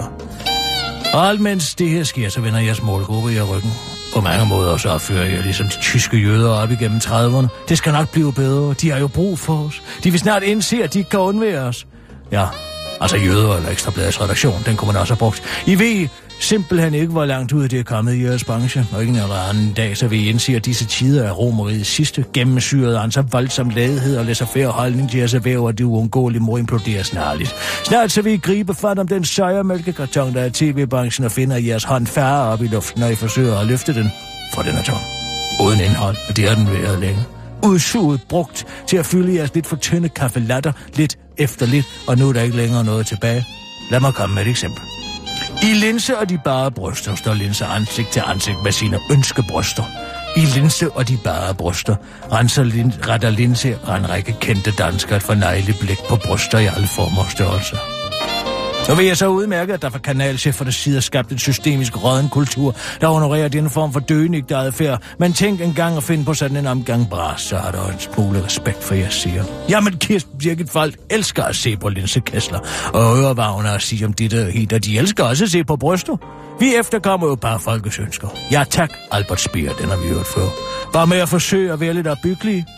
Og alt mens det her sker, så vender jeres målgruppe i ryggen. På mange måder så opfører jeg ligesom de tyske jøder op igennem 30'erne. Det skal nok blive bedre. De har jo brug for os. De vil snart indse, at de ikke kan undvære os. Ja, altså jøder eller Ekstrabladets redaktion, den kunne man også have brugt. I ved simpelthen ikke, hvor langt ud det er kommet i jeres branche, og ikke en eller anden dag, så vil I indse, at disse tider er romeriets sidste, gennemsyret af en så voldsom ladighed og laissez-faire holdning til jeres erhverv, og det uundgåeligt må implodere snarligt. Snart så vil I gribe fat om den søjermælkekarton, der er tv-branchen, og finder jeres hånd færre op i luften, når I forsøger at løfte den, for den er tom. Uden indhold, og det har den været længe. Udsuget, brugt til at fylde jeres lidt for tynde kaffelatter, lidt efter lidt, og nu er der ikke længere noget tilbage. Lad mig komme med et eksempel. I Linse og de bare bryster står Linse ansigt til ansigt med sine ønskebryster. I Linse og de bare bryster retter Linse og en række kendte danskere et fornøjeligt blik på bryster i alle former og størrelser. Nu vil jeg så udmærke, at der fra kanalchefernes side er skabt en systemisk rådden kultur, der honorerer denne form for døgenigtig adfærd. Men tænk engang at finde på sådan en omgang bras, så har der en smule respekt for jer, siger. Jamen, Kirsten Birgit folk elsker at se på Linse Kessler og Ørevagner og sige om det der helt, og de elsker også at se på bryster. Vi efterkommer jo bare folkets ønsker. Ja tak, Albert Speer, den har vi hørt før. Bare med at forsøge at være lidt opbyggelige.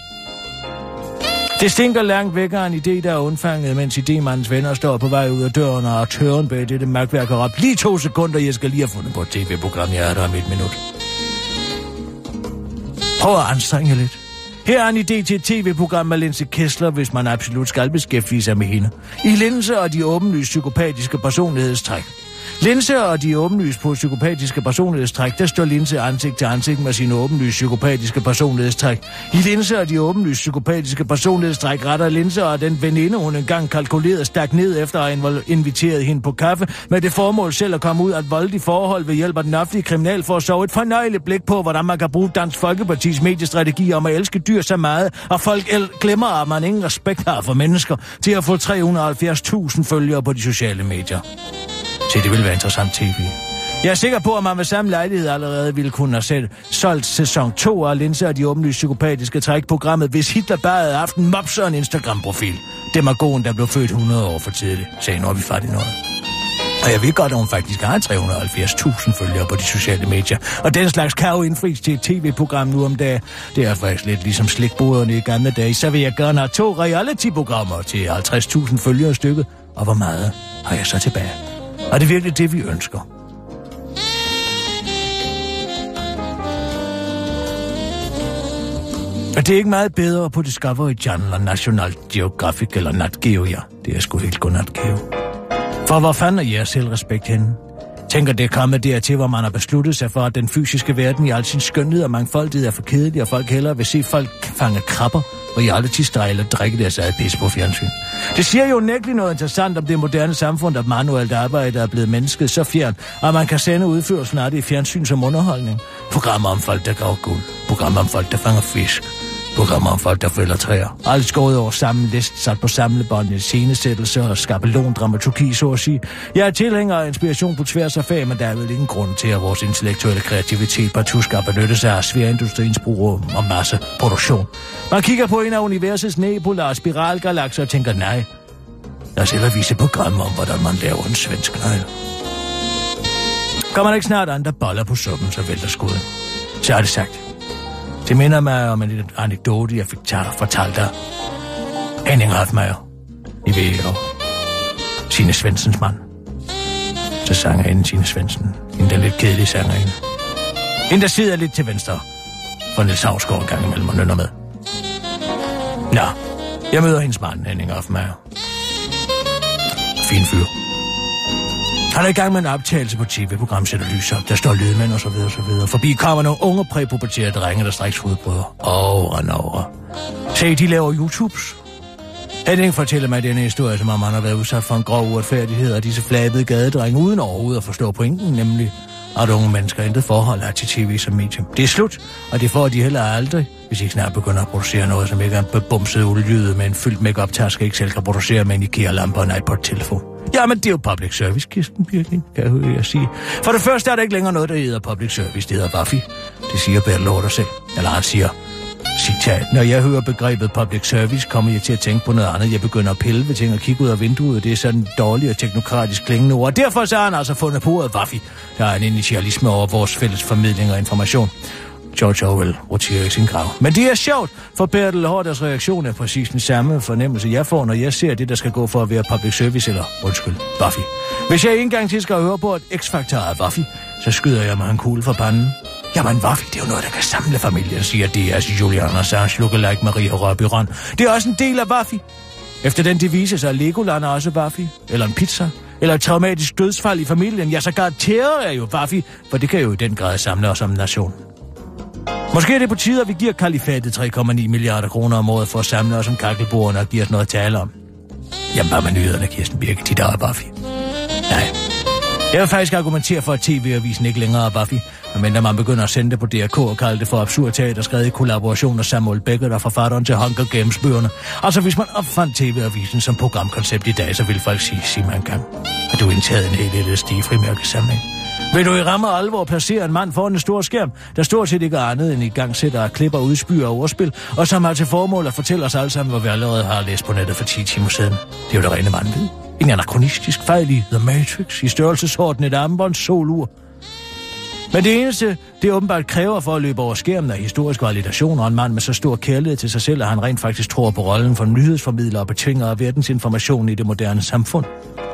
Det stinker langt væk af en idé, der er undfanget, mens idémandens venner står på vej ud af døren, og tøren bag dette magtværk er op. Lige 2 sekunder, jeg skal lige have fundet på et tv-program, jeg er der om 1 minut. Prøv at anstrenge lidt. Her er en idé til et tv-program med Linse Kessler, hvis man absolut skal beskæftige sig med hende. I Linse og de åbenlyst psykopatiske personlighedstræk. Linse og de åbenlyst på psykopatiske personlighedstræk, der står Linse ansigt til ansigt med sine åbenlyst psykopatiske personlighedstræk. I Linse og de åbenlyst psykopatiske personlighedstræk retter Linse og den veninde, hun engang kalkulerede stak ned efter at have inviteret hende på kaffe, med det formål selv at komme ud af et voldeligt forhold ved hjælp af den offentlige kriminalforsorg. Et fornøjeligt blik på, hvordan man kan bruge Dansk Folkepartis mediestrategi om at elske dyr så meget, og folk glemmer, at man ingen respekt har for mennesker, til at få 370.000 følgere på de sociale medier. Se, det vil være interessant tv. Jeg er sikker på, at man ved samme lejlighed allerede ville kunne have solgt sæson 2 af Linse og de åbenlyst psykopatiske trækprogrammet, hvis Hitler bare havde haft en mops og en Instagram-profil. Demagogen, der blev født 100 år for tidligt, sagde, nu er vi færdige noget. Og jeg ved godt, at hun faktisk har 370.000 følgere på de sociale medier. Og den slags kan jo indfries til et tv-program nu om dagen. Det er faktisk lidt ligesom slikboderne i gamle dage. Så vil jeg gerne have 2 reality-programmer til 50.000 følgere stykket. Og hvor meget har jeg så tilbage? Og det er virkelig det, vi ønsker. Og det er ikke meget bedre på Discovery Channel eller National Geographic eller Nat Geo, ja. Det er sgu helt godt Nat Geo. For hvor fanden er jeres selvrespekt henne? Tænker det er kommet dertil, hvor man har besluttet sig for, at den fysiske verden i al sin skønhed og mangfoldighed er for kedelig, og folk hellere vil se folk fange krabber, og i aldrig tilstrække eller drikke deres eget pis på fjernsyn. Det siger jo nægteligt noget interessant om det moderne samfund, at manuelt arbejde er blevet mennesket så fjern, og man kan sende udførelsen af det i fjernsyn som underholdning. Programmer om folk, der graver guld. Programmer om folk, der fanger fisk. Programmer om folk, der fælder træer. Alt skåret over samme list, sat på samlebånd, scenesættelser og skabelon, dramaturgi, så at sige. Jeg er tilhænger af inspiration på tværs af fag, men der er vel ingen grund til, at vores intellektuelle kreativitet partout skal benytte sig af sværindustriens brug og masseproduktion. Man kigger på en af universets nepolare spiralgalakser og tænker, nej, lad os hellere vise programmer om, hvordan man laver en svensk knejl. Kommer der ikke snart andre boller på suppen, så vælter skuden. Så er det sagt. Det minder mig om en anekdote, jeg fik fortalt af Henning Hofmeier. I ved jo, Signe Svendsens mand. Så sangerinde Signe Svendsen. En der lidt kedelig sangerinde. En der sidder lidt til venstre for Niels Hausgaard en gang imellem og nynner med. Nå, jeg møder hendes mand, Henning Hofmeier. Fin fyr. Han er i gang med en optagelse på tv-program, sætter lys op. Der står lydmænd og så videre, og så videre. Forbi kommer nogle unge præpubertære drenge, der straks fodbrødre. Over. Se, de laver YouTubes. Henning fortæller mig denne historie, som om han har været udsat for en grov uretfærdighed af disse flabede gadedrenge, uden overhovedet at forstå pointen, nemlig at unge mennesker intet forhold har til tv som medium. Det er slut, og det får de heller aldrig, hvis I snart begynder at producere noget, som ikke er en bebumset ulyde med en fyldt make-up-taske, ikke selv kan producere med en IKEA-lampe og en iPod-telefon. Jamen, det er jo public service, Kirsten Birgit, kan jeg høre jer sige. For det første er der ikke længere noget, der hedder public service, det hedder Waffi. Det siger Bertel Haarder selv. Eller han siger, citat, når jeg hører begrebet public service, kommer jeg til at tænke på noget andet. Jeg begynder at pille ved ting og kigge ud af vinduet, og det er sådan dårligt og teknokratisk klingende ord. Derfor så har han altså fundet på ordet Waffi. Der er en initialisme over vores fælles formidling og information. George Orwell roterer i sin grav. Men det er sjovt, for Bertel Haarders reaktion er præcis den samme fornemmelse, jeg får, når jeg ser det, der skal gå for at være public service eller, Waffi. Hvis jeg en gang til skal høre på, at X-Factor er Waffi, så skyder jeg mig en kugle fra panden. Jamen, Waffi, det er jo noget, der kan samle familien, siger DR's Julian Assange, lookalike Maria Rørby-Røn. Det er også en del af Waffi. Efter den devise, så er Legoland også Waffi, eller en pizza, eller et traumatisk dødsfald i familien. Ja, så garanteret er jo Waffi, for det kan jo i den grad samle os som nation. Måske er det på tide, at vi giver kalifatet 3,9 milliarder kroner om året for at samle os om kakkelbordene og give os noget at tale om. Jamen, bare med nyhederne, Kirsten Birgit, de der er Waffi. Nej. Jeg vil faktisk argumentere for, at TV-avisen ikke længere er Waffi, medmindre man begynder at sende det på DRK og kalde det for absurd teater, skrevet i kollaboration af Samuel Beckett og forfatteren til Hunger Games-bøgerne. Altså, hvis man opfandt TV-avisen som programkoncept i dag, så ville folk sige man kan. Har du indtaget en hel LSD-frimærkesamling? Vil du i ramme alvor placere en mand foran en stor skærm, der stort set ikke er andet end i gang sætter klipper, udspyr og ordspil, og som har til formål at fortælle os alle sammen, hvad vi allerede har læst på nettet for 10 timer siden? Det er jo det rene vanvid. En anachronistisk fejl i The Matrix, i størrelsesorden et armbånds solur. Men det eneste, det åbenbart kræver for at løbe over skærmen af historisk validation og en mand med så stor kærlighed til sig selv, at han rent faktisk tror på rollen for nyhedsformidler og betvinger af verdensinformation i det moderne samfund.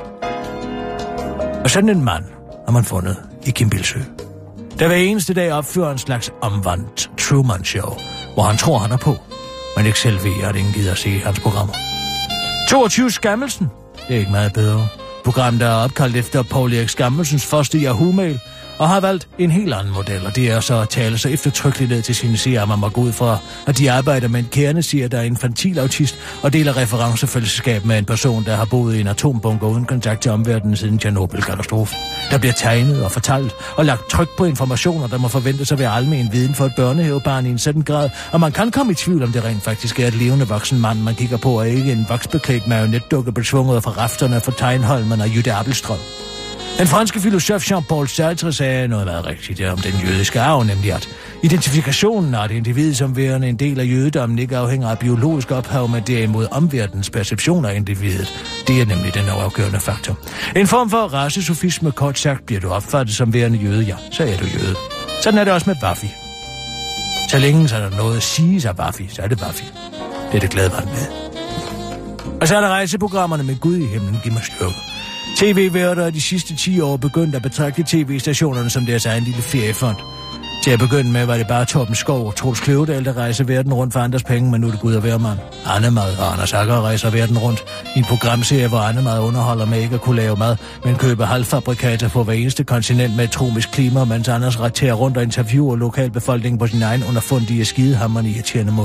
Og sådan en mand har man fundet i Kim Bildsøe, der hver eneste dag opfører en slags omvendt Truman-show, hvor han tror, han er på, men ikke selv ved, at ingen gider at se hans programmer. 22 Skammelsen, det er ikke meget bedre. Program, der er opkaldt efter Poul Erik Skammelsens første Yahoo-mail, og har valgt en helt anden model, og det er så at tale så eftertrykkeligt ned til sine seere, man må gå ud fra, at de arbejder med en kerneseer, der er infantil autist, og deler referencefællesskab med en person, der har boet i en atombunker uden kontakt til omverdenen siden Tjernobyl-katastrofen. Der bliver tegnet og fortalt og lagt tryk på informationer, der må forventes at være almen viden for et børnehavebarn i en sådan grad, og man kan komme i tvivl om det rent faktisk er et levende voksen mand, man kigger på, og ikke en voksbeklædt marionetdukke besvunget fra rafterne for Tegnholmen og Jytte Appelstrøm. Den franske filosof Jean-Paul Sartre sagde noget meget rigtigt om den jødiske arv, nemlig at identifikationen af et individ som værende en del af jødedommen ikke afhænger af biologisk ophav, men derimod omverdenens perception af individet. Det er nemlig den afgørende faktor. En form for racesofisme, kort sagt, bliver du opfattet som værende jøde, ja, så er du jøde. Sådan er det også med Waffi. Så længe så er der noget at sige sig Waffi, så er det Waffi. Det er det glade man med. Og så er der rejseprogrammerne med Gud i himlen, giv mig styrke. TV-værter de sidste 10 år begyndt at betragte tv-stationerne som deres egen lille feriefond. Til at begynde med var det bare Torben Skov og Troels Kløvedal, der rejser verden rundt for andres penge, men nu er det Gud og Hvermand. Annemad og Anders Akker rejser verden rundt i en programserie, hvor Annemad underholder med ikke at kunne lave mad, men køber halvfabrikater på hver eneste kontinent med et tropisk klima, mens Anders reterer rundt og interviewer lokalbefolkningen på sin egen underfundige skidehammerende irriterende måde.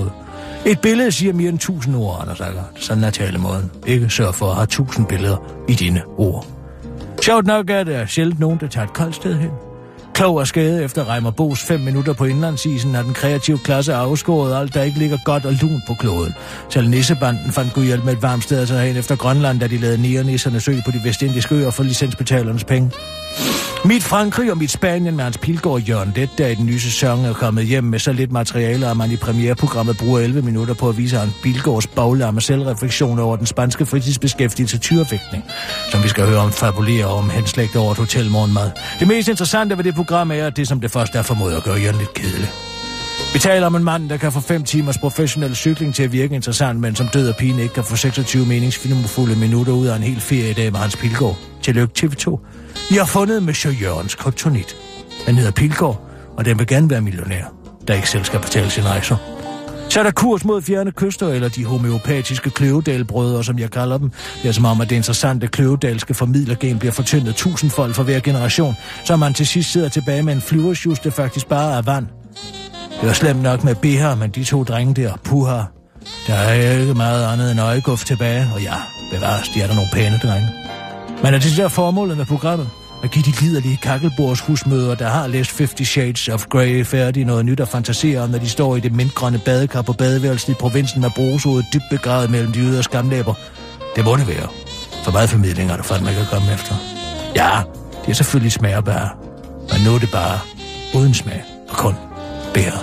Et billede siger mere end 1000 ord, Anders Akker. Sådan er talemåden. Ikke sørg for at have 1000 billeder i dine ord. Sjovt nok er der sjældent nogen, der tager et koldt sted hen. Klog og skade efter Reimer Bo's 5 minutter på indlandsisen har den kreative klasse afskåret alt, der ikke ligger godt og lunt på kloden. Selv Nissebanden fandt god hjælp med et varmt sted at tage hen efter Grønland, da de lavede nærnisserne sø på de vestindiske øer for licensbetalernes penge. Mit Frankrig og mit Spanien med Hans Pilgaard Jørgen Det, der i den nye sæson er kommet hjem med så lidt materiale, at man i premiereprogrammet bruger 11 minutter på at vise Hans Pilgaards baglamme selvreflektion over den spanske fritidsbeskæftigelse tyrefægtning, som vi skal høre om fabulere om henslægt over et hotelmorgenmad. Det mest interessante ved det program er, at det som det første er formået at gøre Jørgen lidt kedeligt. Vi taler om en mand, der kan få 5 timers professionel cykling til at virke interessant, men som død og pine ikke kan få 26 meningsfulde minutter ud af en hel feriedag med Hans Pilgaard. Tillykke TV2. I har fundet Monsieur Jørgens kryptonit. Han hedder Pilgaard, og den vil gerne være millionær, der ikke selv skal betale sine rejser. Så er der kurs mod fjerne kyster, eller de homeopatiske kløvedalbrødre, som jeg kalder dem. Det er som om, at det interessante kløvedalske formidlergen bliver fortyndet 1000-fold for hver generation, så man til sidst sidder tilbage med en flyversjus, der faktisk bare er vand. Det var slemt nok med BH, men de 2 drenge der, puha. Der er ikke meget andet end øjeguf tilbage, og ja, bevares, de er der nogle pæne drenge. Men er det der formålet med programmet? At give de liderlige kakkelbordshusmøder, der har læst 50 Shades of Grey færdig noget nyt at fantasere om, når de står i det mintgrønne badekar på badeværelset i provinsen med brushovedet dybt begravet mellem de ydre skamlæber. Det må det være. For meget formidling er der fandme ikke at komme efter. Ja, det er selvfølgelig smagerbare. Men nu er det bare uden smag og kun bære.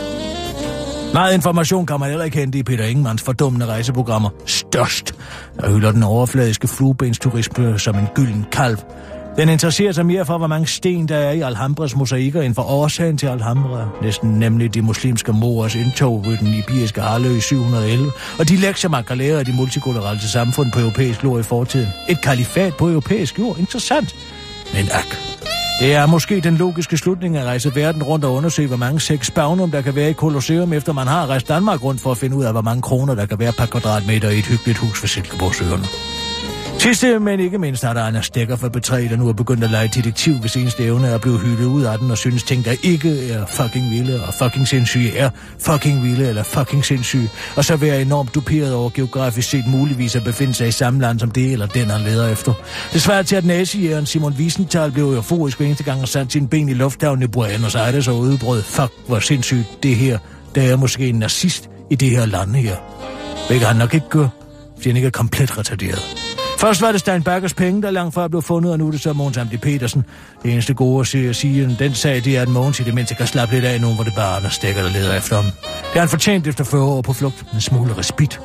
Meget information kan man heller ikke hente i Peter Ingemanns fordummende rejseprogrammer. Størst, der hylder den overfladiske fluebensturisme som en gylden kalv. Den interesserer sig mere for, hvor mange sten der er i Alhambras mosaikker end for årsagen til Alhambra. Næsten nemlig de muslimske morers indtog ved den iberiske halvø i 711. Og de lektier, man kan lære af de multikulturelle samfund på europæisk jord i fortiden. Et kalifat på europæisk jord. Interessant. Men ak. Det er måske den logiske slutning at rejse verden rundt og undersøge, hvor mange sex spagnum der kan være i Colosseum, efter man har rejst Danmark rundt for at finde ud af, hvor mange kroner der kan være per kvadratmeter i et hyggeligt hus ved Silkeborgsøerne. Sidste, men ikke mindst, har der Anders Stegger for B3, der nu er begyndt at lege detektiv, hvis eneste evne er at blive hyldet ud af den og synes ting, der ikke er fucking vilde og fucking sindssyge, er fucking vilde eller fucking sindssyge, og så være enormt duperet over geografisk set muligvis at befinde sig i samme land som det eller den, han leder efter. Det svarer til, at nazijægeren Simon Wiesenthal blev euforisk hver eneste gang og satte sine ben i lufthavnen i Buenos Aires og udbrød, fuck, hvor sindssygt det her, der er måske en nazist i det her land her. Hvilket han nok ikke gør, fordi han ikke er komplet retarderet. Først var det Stein Bakkers penge, der langt før blev fundet, og nu er det så Mogens Amdi Petersen. Det eneste gode at sige om den sag, det er, at Mogens i det mindste kan slappe lidt af nu, hvor det bare er Anders Stegger, der leder efter ham. Det har han fortjent efter 40 år på flugt. En smule respit.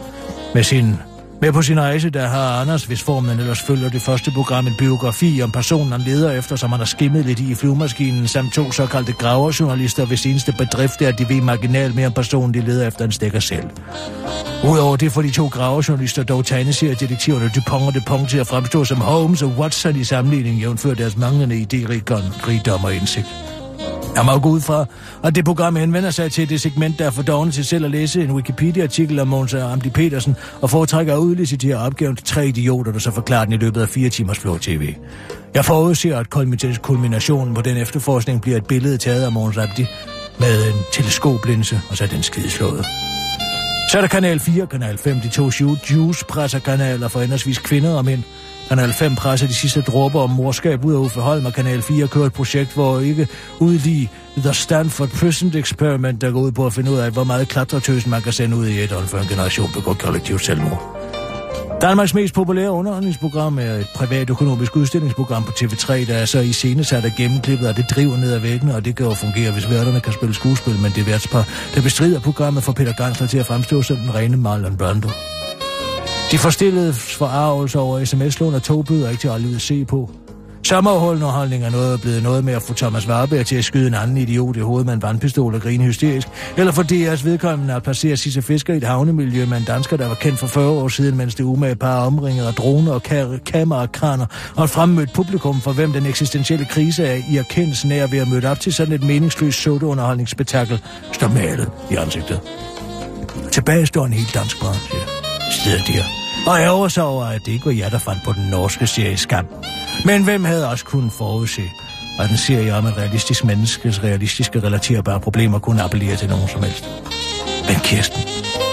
Med på sin rejse, der har Anders, hvis formen ellers følger det første program, en biografi om personen, han leder efter, som han har skimmet lidt i flyvemaskinen, samt 2 såkaldte graverjournalister, hvis eneste bedrift er, at de ved marginalt mere om personen, de leder efter, en Stegger selv. Udover det får de 2 gravejournalister dog tegneseriedetektiverne Dupont og Dupont til at fremstå som Holmes og Watson i sammenligning, jævnfør deres manglende idérigdom og indsigt. Jeg må gå ud fra, at det program henvender sig til det segment, der er for dårligt til selv at læse en Wikipedia-artikel om Mogens Amdi Petersen og foretrækker at udlicitere opgaven til 3 idioter, der så forklarer den i løbet af 4 timers Flow-TV. Jeg forudser, at kulminationen på den efterforskning bliver et billede taget af Mogens Amdi med en teleskoplinse, og så er den skideslået. Så er der Kanal 4, Kanal 5, de 2 juice-presser-kanaler for henholdsvis kvinder og mænd. Kanal 5 presser de sidste dråber om morskab ud af Uffe Holm, og Kanal 4 kører et projekt, hvor ikke udlige The Stanford Prison Experiment, der går ud på at finde ud af, hvor meget klatretøsen man kan sende ud i et år, for en generation begår kollektivt selvmord. Danmarks mest populære underholdningsprogram er et privat økonomisk udstillingsprogram på TV3, der er så iscenesat og gennemklippet, og det driver ned ad væggene, og det kan jo fungere, hvis værterne kan spille skuespil, men det er værtspar, der bestrider programmet for Peter Gansler til at fremstå som den rene Marlon Brando. De forstillede forarvelser over sms-lån og togbøder ikke til at aldrig se på. Sommerholdunderholdning er blevet noget med at få Thomas Warberg til at skyde en anden idiot i hovedet med en vandpistol og grine hysterisk, eller for DR's vedkommende at placere Sisse Fisker i et havnemiljø med en dansker, der var kendt for 40 år siden, mens det umage par omringede af droner og kamerakraner, og et fremmødt publikum, for hvem den eksistentielle krise er i erkendelsen af at være mødt op til sådan et meningsløst pseudo-underholdningsspektakel, står malet i ansigtet. Tilbage står en helt dansk branche. Stedet der. Og jeg overså over, at det ikke var jeg, der fandt på den norske serie Skam. Men hvem havde også kunnet forudse, at en serie om et realistisk menneskes realistiske relaterbare problemer kunne appellere til nogen som helst? Men Kirsten,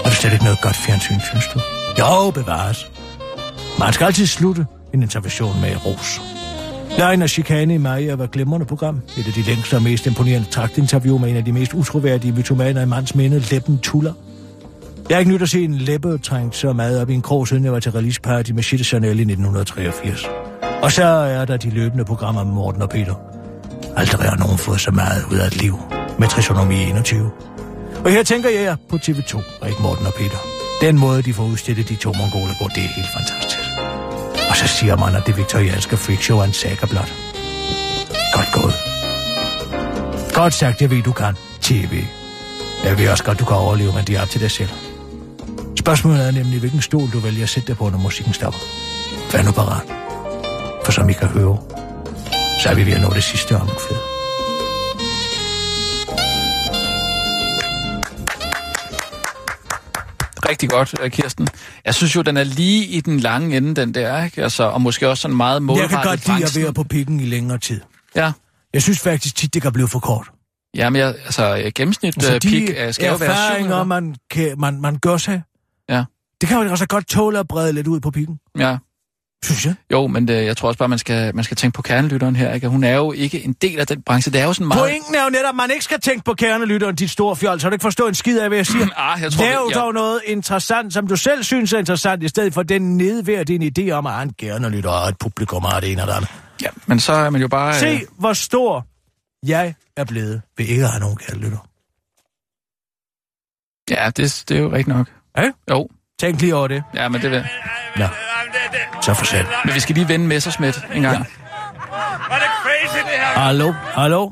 Er det slet ikke noget godt fjernsyn, synes du? Jo, bevares. Man skal altid slutte en intervention med ros. Løgn og chikane i Maja var et glimrende program. Et af de længste og mest imponerende tragtinterview med en af de mest utroværdige mytomaner i mands minde, Leppen Tuller. Jeg har ikke nyt at se en læppe trængt så meget op i en krog, siden jeg var til release party med Shit Chanel i 1983. Og så er der de løbende programmer med Morten og Peter. Aldrig har nogen fået så meget ud af et liv med Trisonomi 21. Og her tænker jeg på TV2 og ikke Morten og Peter. Den måde, de får udstillet de to mongoler på, det er helt fantastisk. Og så siger man, at det viktorianske freakshow er en saga blot. Godt gået. Godt sagt, jeg ved, du kan. TV. Jeg ved også godt, du kan overleve, men det er op til dig selv. Spørgsmålet er nemlig, hvilken stol du vælger at sætte dig på, når musikken stopper. Vær nu parat. For som I kan høre, så er vi ved at nå det sidste omkvæd. Rigtig godt, Kirsten. Jeg synes jo, den er lige i den lange ende, den der, ikke? Altså, og måske også sådan meget målrettet. Jeg kan godt lide at være på pikken i længere tid. Ja. Jeg synes faktisk tit, det kan blive for kort. Jamen, gennemsnit pik skal jo være 7 erfaringer, man gør sig. Ja. Det kan jo også godt tåle at brede lidt ud på pikken. Ja. Synes jeg. Jo, men jeg tror også bare, man skal tænke på kernelytteren her, ikke? Hun er jo ikke en del af den branche. Det er jo sådan meget... Pointen er jo netop, at man ikke skal tænke på kernelytteren, dit store fjol, så du ikke forstår en skid af, hvad jeg siger. Lav dog noget interessant, som du selv synes er interessant, i stedet for den nedværd din idé om, at en kernelytter og et publikum har det ene eller andet. Ja, men så er man jo bare... Se, hvor stor jeg er blevet ved ikke at have nogen kernelytter. Ja, det er jo rigtigt nok. Ja? Jo. Tænk lige over det. Ja, men det vil... Nå. Så for selv. Men vi skal lige vende Messerschmidt en gang. Ja. Var det crazy, det her? Hallo? Hallo?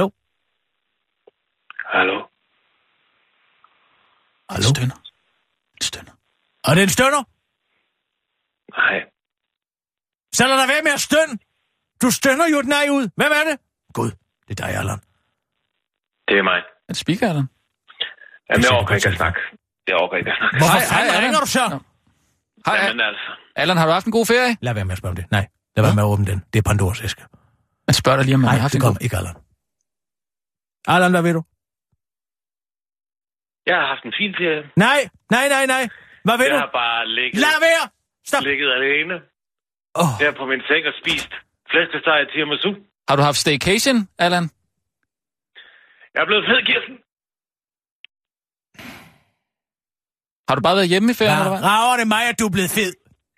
Stønner. Er det en stønner? Nej. Så lad dig være med at stønne. Du stønner jo et nej ud. Hvem er det? Gud, det er dig, Allan. Det er mig. Er det speaker, Allan? Jamen, jeg orker ikke at snakke. Hvorfor fanden ringer du så? Hej, Jamen altså. Allan, har du haft en god ferie? Lad være med at spørge om det. Nej, lad være med at åbne den. Det er Pandoras æske. Man spørger dig lige, om man har haft det kommer ikke, Allan. Allan, hvad ved du? Jeg har haft en fin ferie. Nej. Hvad ved du? Jeg har bare ligget... Lad være! Stop! Ligget alene. Der på min seng og spist flæskesteg og tiramisu. Har du haft staycation, Allan? Jeg er blevet fed, Kirsten. Har du bare været hjemme i ferien, eller hvad? Rager det mig, at du er blevet fed?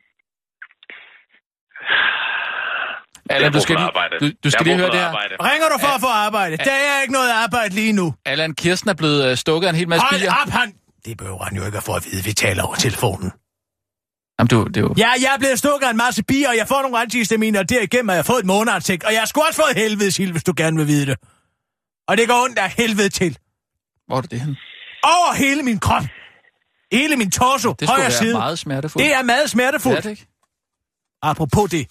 Allan, du skal lige høre det her. Ringer du for at få arbejde? Der er ikke noget arbejde lige nu. Allan, Kirsten er blevet stukket af en hel masse bier. Hold op, han! Det behøver han jo ikke at få at vide, vi taler over telefonen. Jamen, det er jo... Ja, jeg er blevet stukket af en masse bier, og jeg får nogle antihistaminer, og derigennem har jeg fået et månedagsæg, og jeg har sgu også fået helvedes ild, hvis du gerne vil vide det. Og det går ondt af helvede til. Hvor er det henne? Over hele min krop. Hele min torso, det højre side. Det være meget smertefuldt. Det er meget smertefuldt. Det ikke? Apropos det.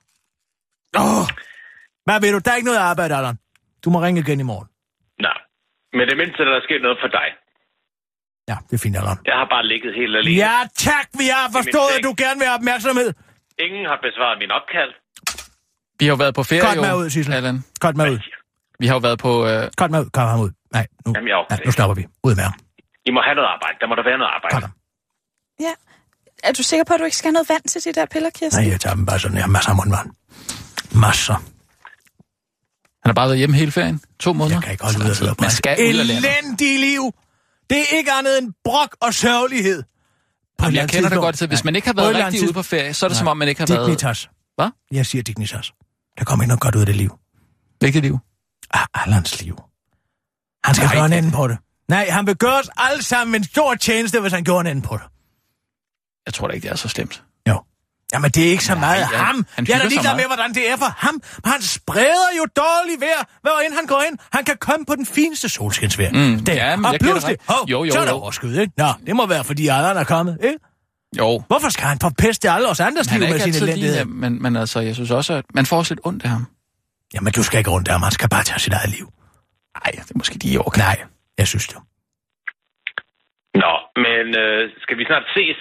Hvad ved du? Der er ikke noget arbejde, Allan. Du må ringe igen i morgen. Nej, men det mindste, der er sket noget for dig. Ja, det er fint, Allan. Jeg har bare ligget helt alene. Ja, tak. Vi har forstået, at du gerne vil have opmærksomhed. Ingen har besvaret min opkald. Vi har jo været på ferie, Kort mig ud, Sissel. Allan. Kort mig ud. Vi har jo været på... Kort mig ud. Kom ham ud. Nej, nu. Jamen, Nu stopper vi. Ud med ham. I må have noget arbejde. Der må der være noget arbejde. Kort ham. Ja. Er du sikker på, at du ikke skal have noget vand til de der piller, Kirsten? Nej, jeg tager dem bare sådan her. Masser af mundvand. Masser. Han har bare været hjemme hele ferien. 2 måneder. Jeg kan ikke holde ud af det. Man skal ud og lære. Elendig liv. Det er ikke andet end brok og sørgelighed. Jamen, jeg kender det godt til. Hvis man ikke har været rigtig ude på ferie, så er det som om, man ikke har været... Dignitas. Hvad? Jeg siger dignitas. Der kommer ikke noget godt ud af det liv. Hvilket liv? Allans liv. Han skal gøre en ende på det. Nej, han vil gøre os alle sammen en stor tjeneste, hvis han gjorde en ende på det. Jeg tror da ikke, det er så slemt. Jo. Jamen, det er ikke så meget ham. Jeg er da ligeglad med, hvordan det er for ham. Han spreder jo dårligt vejr, hvorend han går ind. Han kan komme på den fineste solskinsvejr. Ja, men og jeg pludselig, jo, så er der overskud, ikke? Nå, det må være, fordi Allan er kommet, ikke? Jo. Hvorfor skal han forpeste alle os andres liv med sine elendigheder? Men altså, jeg synes også, at man får også lidt ondt af ham. Jamen, du skal ikke rundt der, man skal bare tage sit eget liv. Nej, det er måske lige okay. Nej, jeg synes det. Nå, men skal vi snart ses?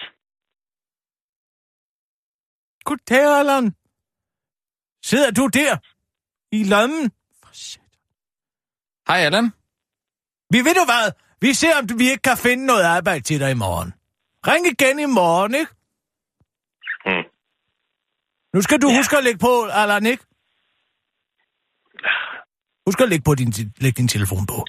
Goddag, Allan. Sidder du der? I lommen? Hej, Allan. Ved du hvad? Vi ser, om vi ikke kan finde noget arbejde til dig i morgen. Ring igen i morgen, ikke? Nu skal du huske at lægge på, Allan, ikke? Husk at lægge din telefon på.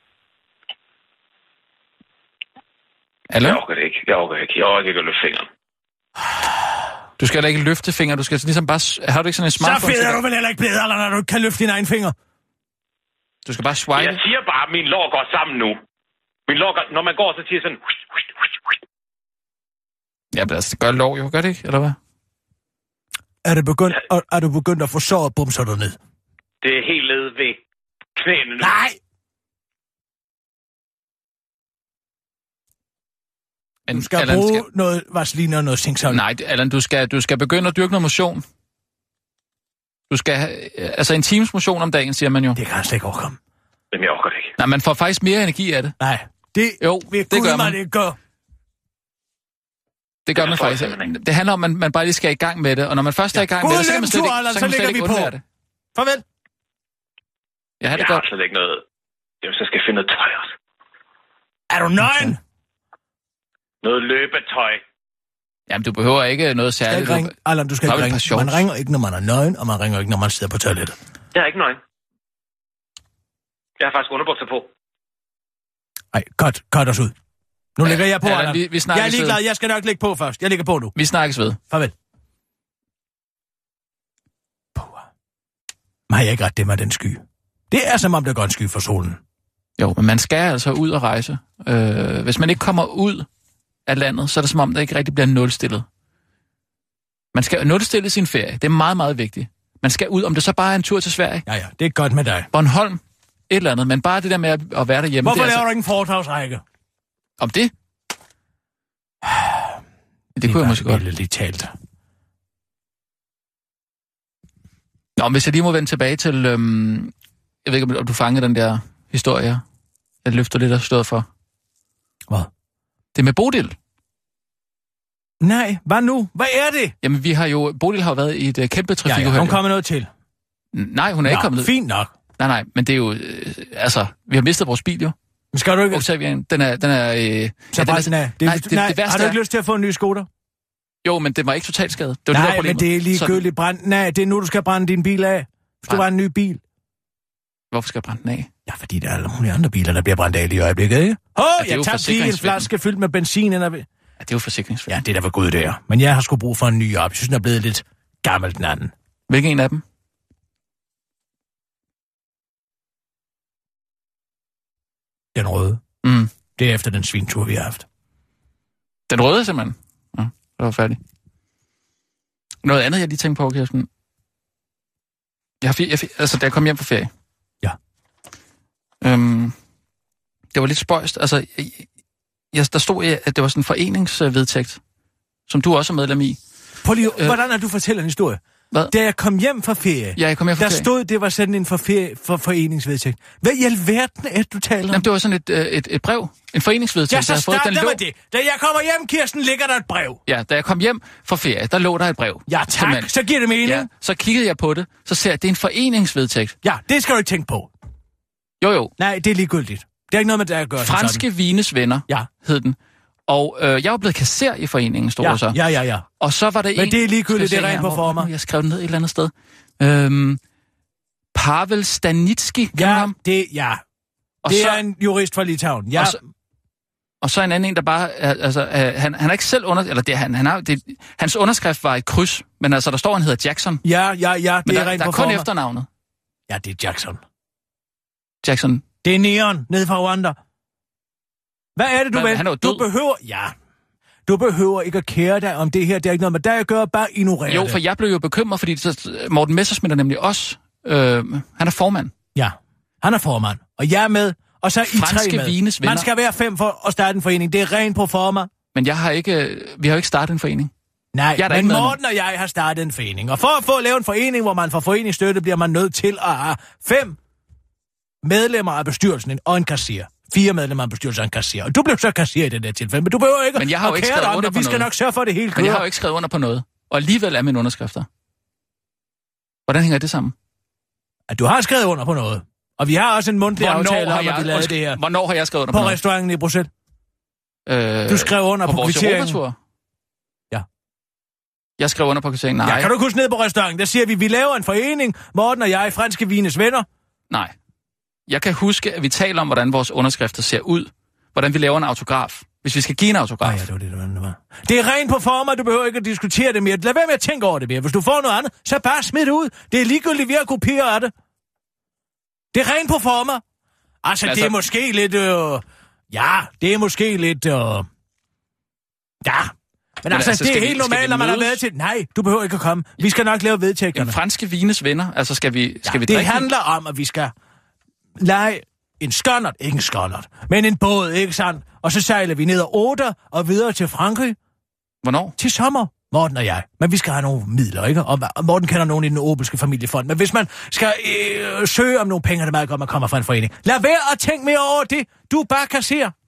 Allan? Jeg orker det ikke. Jeg orker ikke at løfte fingeren. Du skal da ikke løfte fingre, du skal ligesom bare... Har du ikke sådan en smartphone? Så fed er du vel heller ikke blevet, Allan, når du ikke kan løfte din egen finger. Du skal bare swipe. Jeg siger bare, at min lår går sammen nu. Min lår går... Når man går, så siger sådan... Ja, men altså, det gør lov jo, gør det ikke, eller hvad? Er du begyndt at få sår og bumser derned? Det er helt nede ved knæene nu. Nej! Du skal Allan, bruge noget vaseline og noget zinksalve. Nej, Allan, du skal begynde at dyrke noget motion. Du skal altså en times motion om dagen, siger man jo. Det kan jeg slet ikke overkomme. Jamen, jeg orker det ikke. Nej, man får faktisk mere energi af det. Nej, det gør man. Det gør. Det gør man faktisk. Det handler om, at man bare lige skal i gang med det, og når man først er i gang med det, så kan man slet ikke undvære det. Farvel. Ja, det jeg godt. har slet ikke noget... Jamen, så skal jeg finde noget tøj også. Er du nøgen? Noget løbetøj. Jamen, du behøver ikke noget særligt. Allan, du skal ikke ringe. Man ringer ikke, når man er nøgen, og man ringer ikke, når man sidder på toilettet. Jeg er ikke nøgen. Jeg har faktisk underbukser på. Nej, cut os ud. Nu lægger jeg på, Allan. Vi Jeg er ligeglad, jeg skal nok lægge på først. Jeg lægger på nu. Vi snakkes ved. Farvel. Men har jeg ikke ret, det med den sky? Det er som om, der går en sky for solen. Jo, men man skal altså ud og rejse. Hvis man ikke kommer ud af landet, så er det som om, der ikke rigtig bliver nulstillet. Man skal nulstille sin ferie. Det er meget, meget vigtigt. Man skal ud, om det så bare er en tur til Sverige. Ja, det er godt med dig. Bornholm, et eller andet, men bare det der med at være derhjemme. Hvorfor laver du ikke en foredragsrække? Om det? Det kunne jeg måske godt. Lidt talt. Nå, hvis jeg lige må vende tilbage til... jeg ved ikke, om du fangede den der historie, jeg løfter lidt og stod for. Hvad? Det med Bodil. Nej, hvad nu? Hvad er det? Jamen, Bodil har jo været i et kæmpe trafikuheld. Ja, hun kommer noget til. Nej, hun er ikke kommet ned. Fint nok. Nej, men det er jo... vi har mistet vores bil jo. Men skal du ikke... Octavian, den er... Så bare den er... Nej, har du ikke lyst til at få en ny Skoda? Jo, men det var ikke totalt skadet. Det var nej, det, der men det er ligegyldigt brændt. Nej, det er nu, du skal brænde din bil af. Hvis du var en ny bil. Hvorfor skal jeg brænde den af? Ja, fordi der er alle mulige andre biler, der bliver brændt af i øjeblikket, ikke? Jeg tager lige en flaske fyldt med benzin. Ja, det er jo forsikringsfælden. Ja, det er da for god det er. Men jeg har sgu brug for en ny op. Jeg synes, den er blevet lidt gammel, den anden. Hvilken en af dem? Den røde. Det er efter den svintur, vi har haft. Den røde, simpelthen? Ja, det var færdigt. Noget andet, jeg lige tænkte på, Kirsten. Da jeg kom hjem fra ferie. Ja. Det var lidt spøjst. Altså, der stod, at det var sådan en foreningsvedtægt, som du også er medlem i. Prøv lige, hvordan er du fortæller en historie? Hvad? Da jeg kom hjem fra ferie, ja, jeg kom hjem fra der ferie. stod, det var sådan en foreningsvedtægt. Hvad i alverden er du taler om? Jamen, det var sådan et brev. En foreningsvedtægt. Ja, så start med det. Da jeg kommer hjem, Kirsten, ligger der et brev. Ja, da jeg kom hjem fra ferie, der lå der et brev. Ja, tak. Så giver det mening. Ja, så kiggede jeg på det, så ser jeg, at det er en foreningsvedtægt. Ja, det skal du ikke tænke på. Jo. Nej, det er ligegyldigt. Det er ikke noget med det at gøre. Franske Vines Venner, hed den. Og jeg var blevet kasser i foreningen, stod der så. Ja. Og så var der men det er ligegyldigt, det er rent på former. Jeg skrev den ned et eller andet sted. Pavel Stanitsky. Ja, det er en jurist fra Litauen. Ja. Og så en anden en, der bare... han har ikke selv hans underskrift var et kryds, men altså, der står, han hedder Jackson. Ja, det er rent på former. Der er kun efternavnet. Ja, det er Jackson. Jackson. Det er Neon, nede fra Rwanda. Hvad er det, du vil? Han er jo død. Du behøver ikke at kære dig om det her. Det er ikke noget med dig at gøre, bare ignorere Jo, for jeg blev jo bekymret, fordi Morten Messerschmidt er nemlig også... han er formand. Ja, han er formand. Og jeg er med, og så er I Franske 3 med. Vines Venner. Man skal være 5 for at starte en forening. Det er rent på former. Men vi har jo ikke startet en forening. Nej, men Morten og jeg har startet en forening. Og for at få lavet en forening, hvor man får foreningsstøtte, bliver man nødt til at have 5 medlemmer af bestyrelsen og en kasser. 4 medlemmer af bestyrelsen og en kasser. Og du blev så kasser i det der tilfælde, men du behøver ikke men jeg har jo ikke skrevet under på noget. Vi skal nok sørge for det hele. Men jeg har jo ikke skrevet under på noget. Og alligevel er mine underskrifter. Hvordan hænger det sammen? At du har skrevet under på noget, Og vi har også en mundtlig aftale om, at vi lavede det her. Hvornår har jeg skrevet under på restauranten i Bruxelles? Du skrev under på kvitteringen. Ja. Jeg skrev under på kvitteringen, nej. Ja, kan du ikke huske ned på restauranten? Der siger vi laver en forening, Morten og jeg, franske vines venner. Nej. Jeg kan huske, at vi taler om, hvordan vores underskrifter ser ud. Hvordan vi laver en autograf. Hvis vi skal give en autograf. Ja, det var. Det er rent på form, du behøver ikke at diskutere det mere. Lad være med at tænke over det mere. Hvis du får noget andet, så bare smid det ud. Det er ligegyldigt ved at kopiere af det. Det er rent på form. Altså, det er måske lidt... Ja, det er måske lidt... Ja. Men altså, det er helt normalt, når man har været til... Nej, du behøver ikke at komme. Vi skal nok lave vedtægterne. En franske vines venner. Altså, skal vi drikke? Det handler om, at vi skal lege en skonnert. Ikke en skonnert, men en båd, ikke sandt? Og så sejler vi ned ad Oder og videre til Frankrig. Hvornår? Til sommer, Morten og jeg. Men vi skal have nogle midler, ikke? Og Morten kender nogen i den Obelske familiefond. Men hvis man skal søge om nogle penge, det er meget godt, man kommer fra en forening. Lad være at tænke mere over det. Du bare kasserer.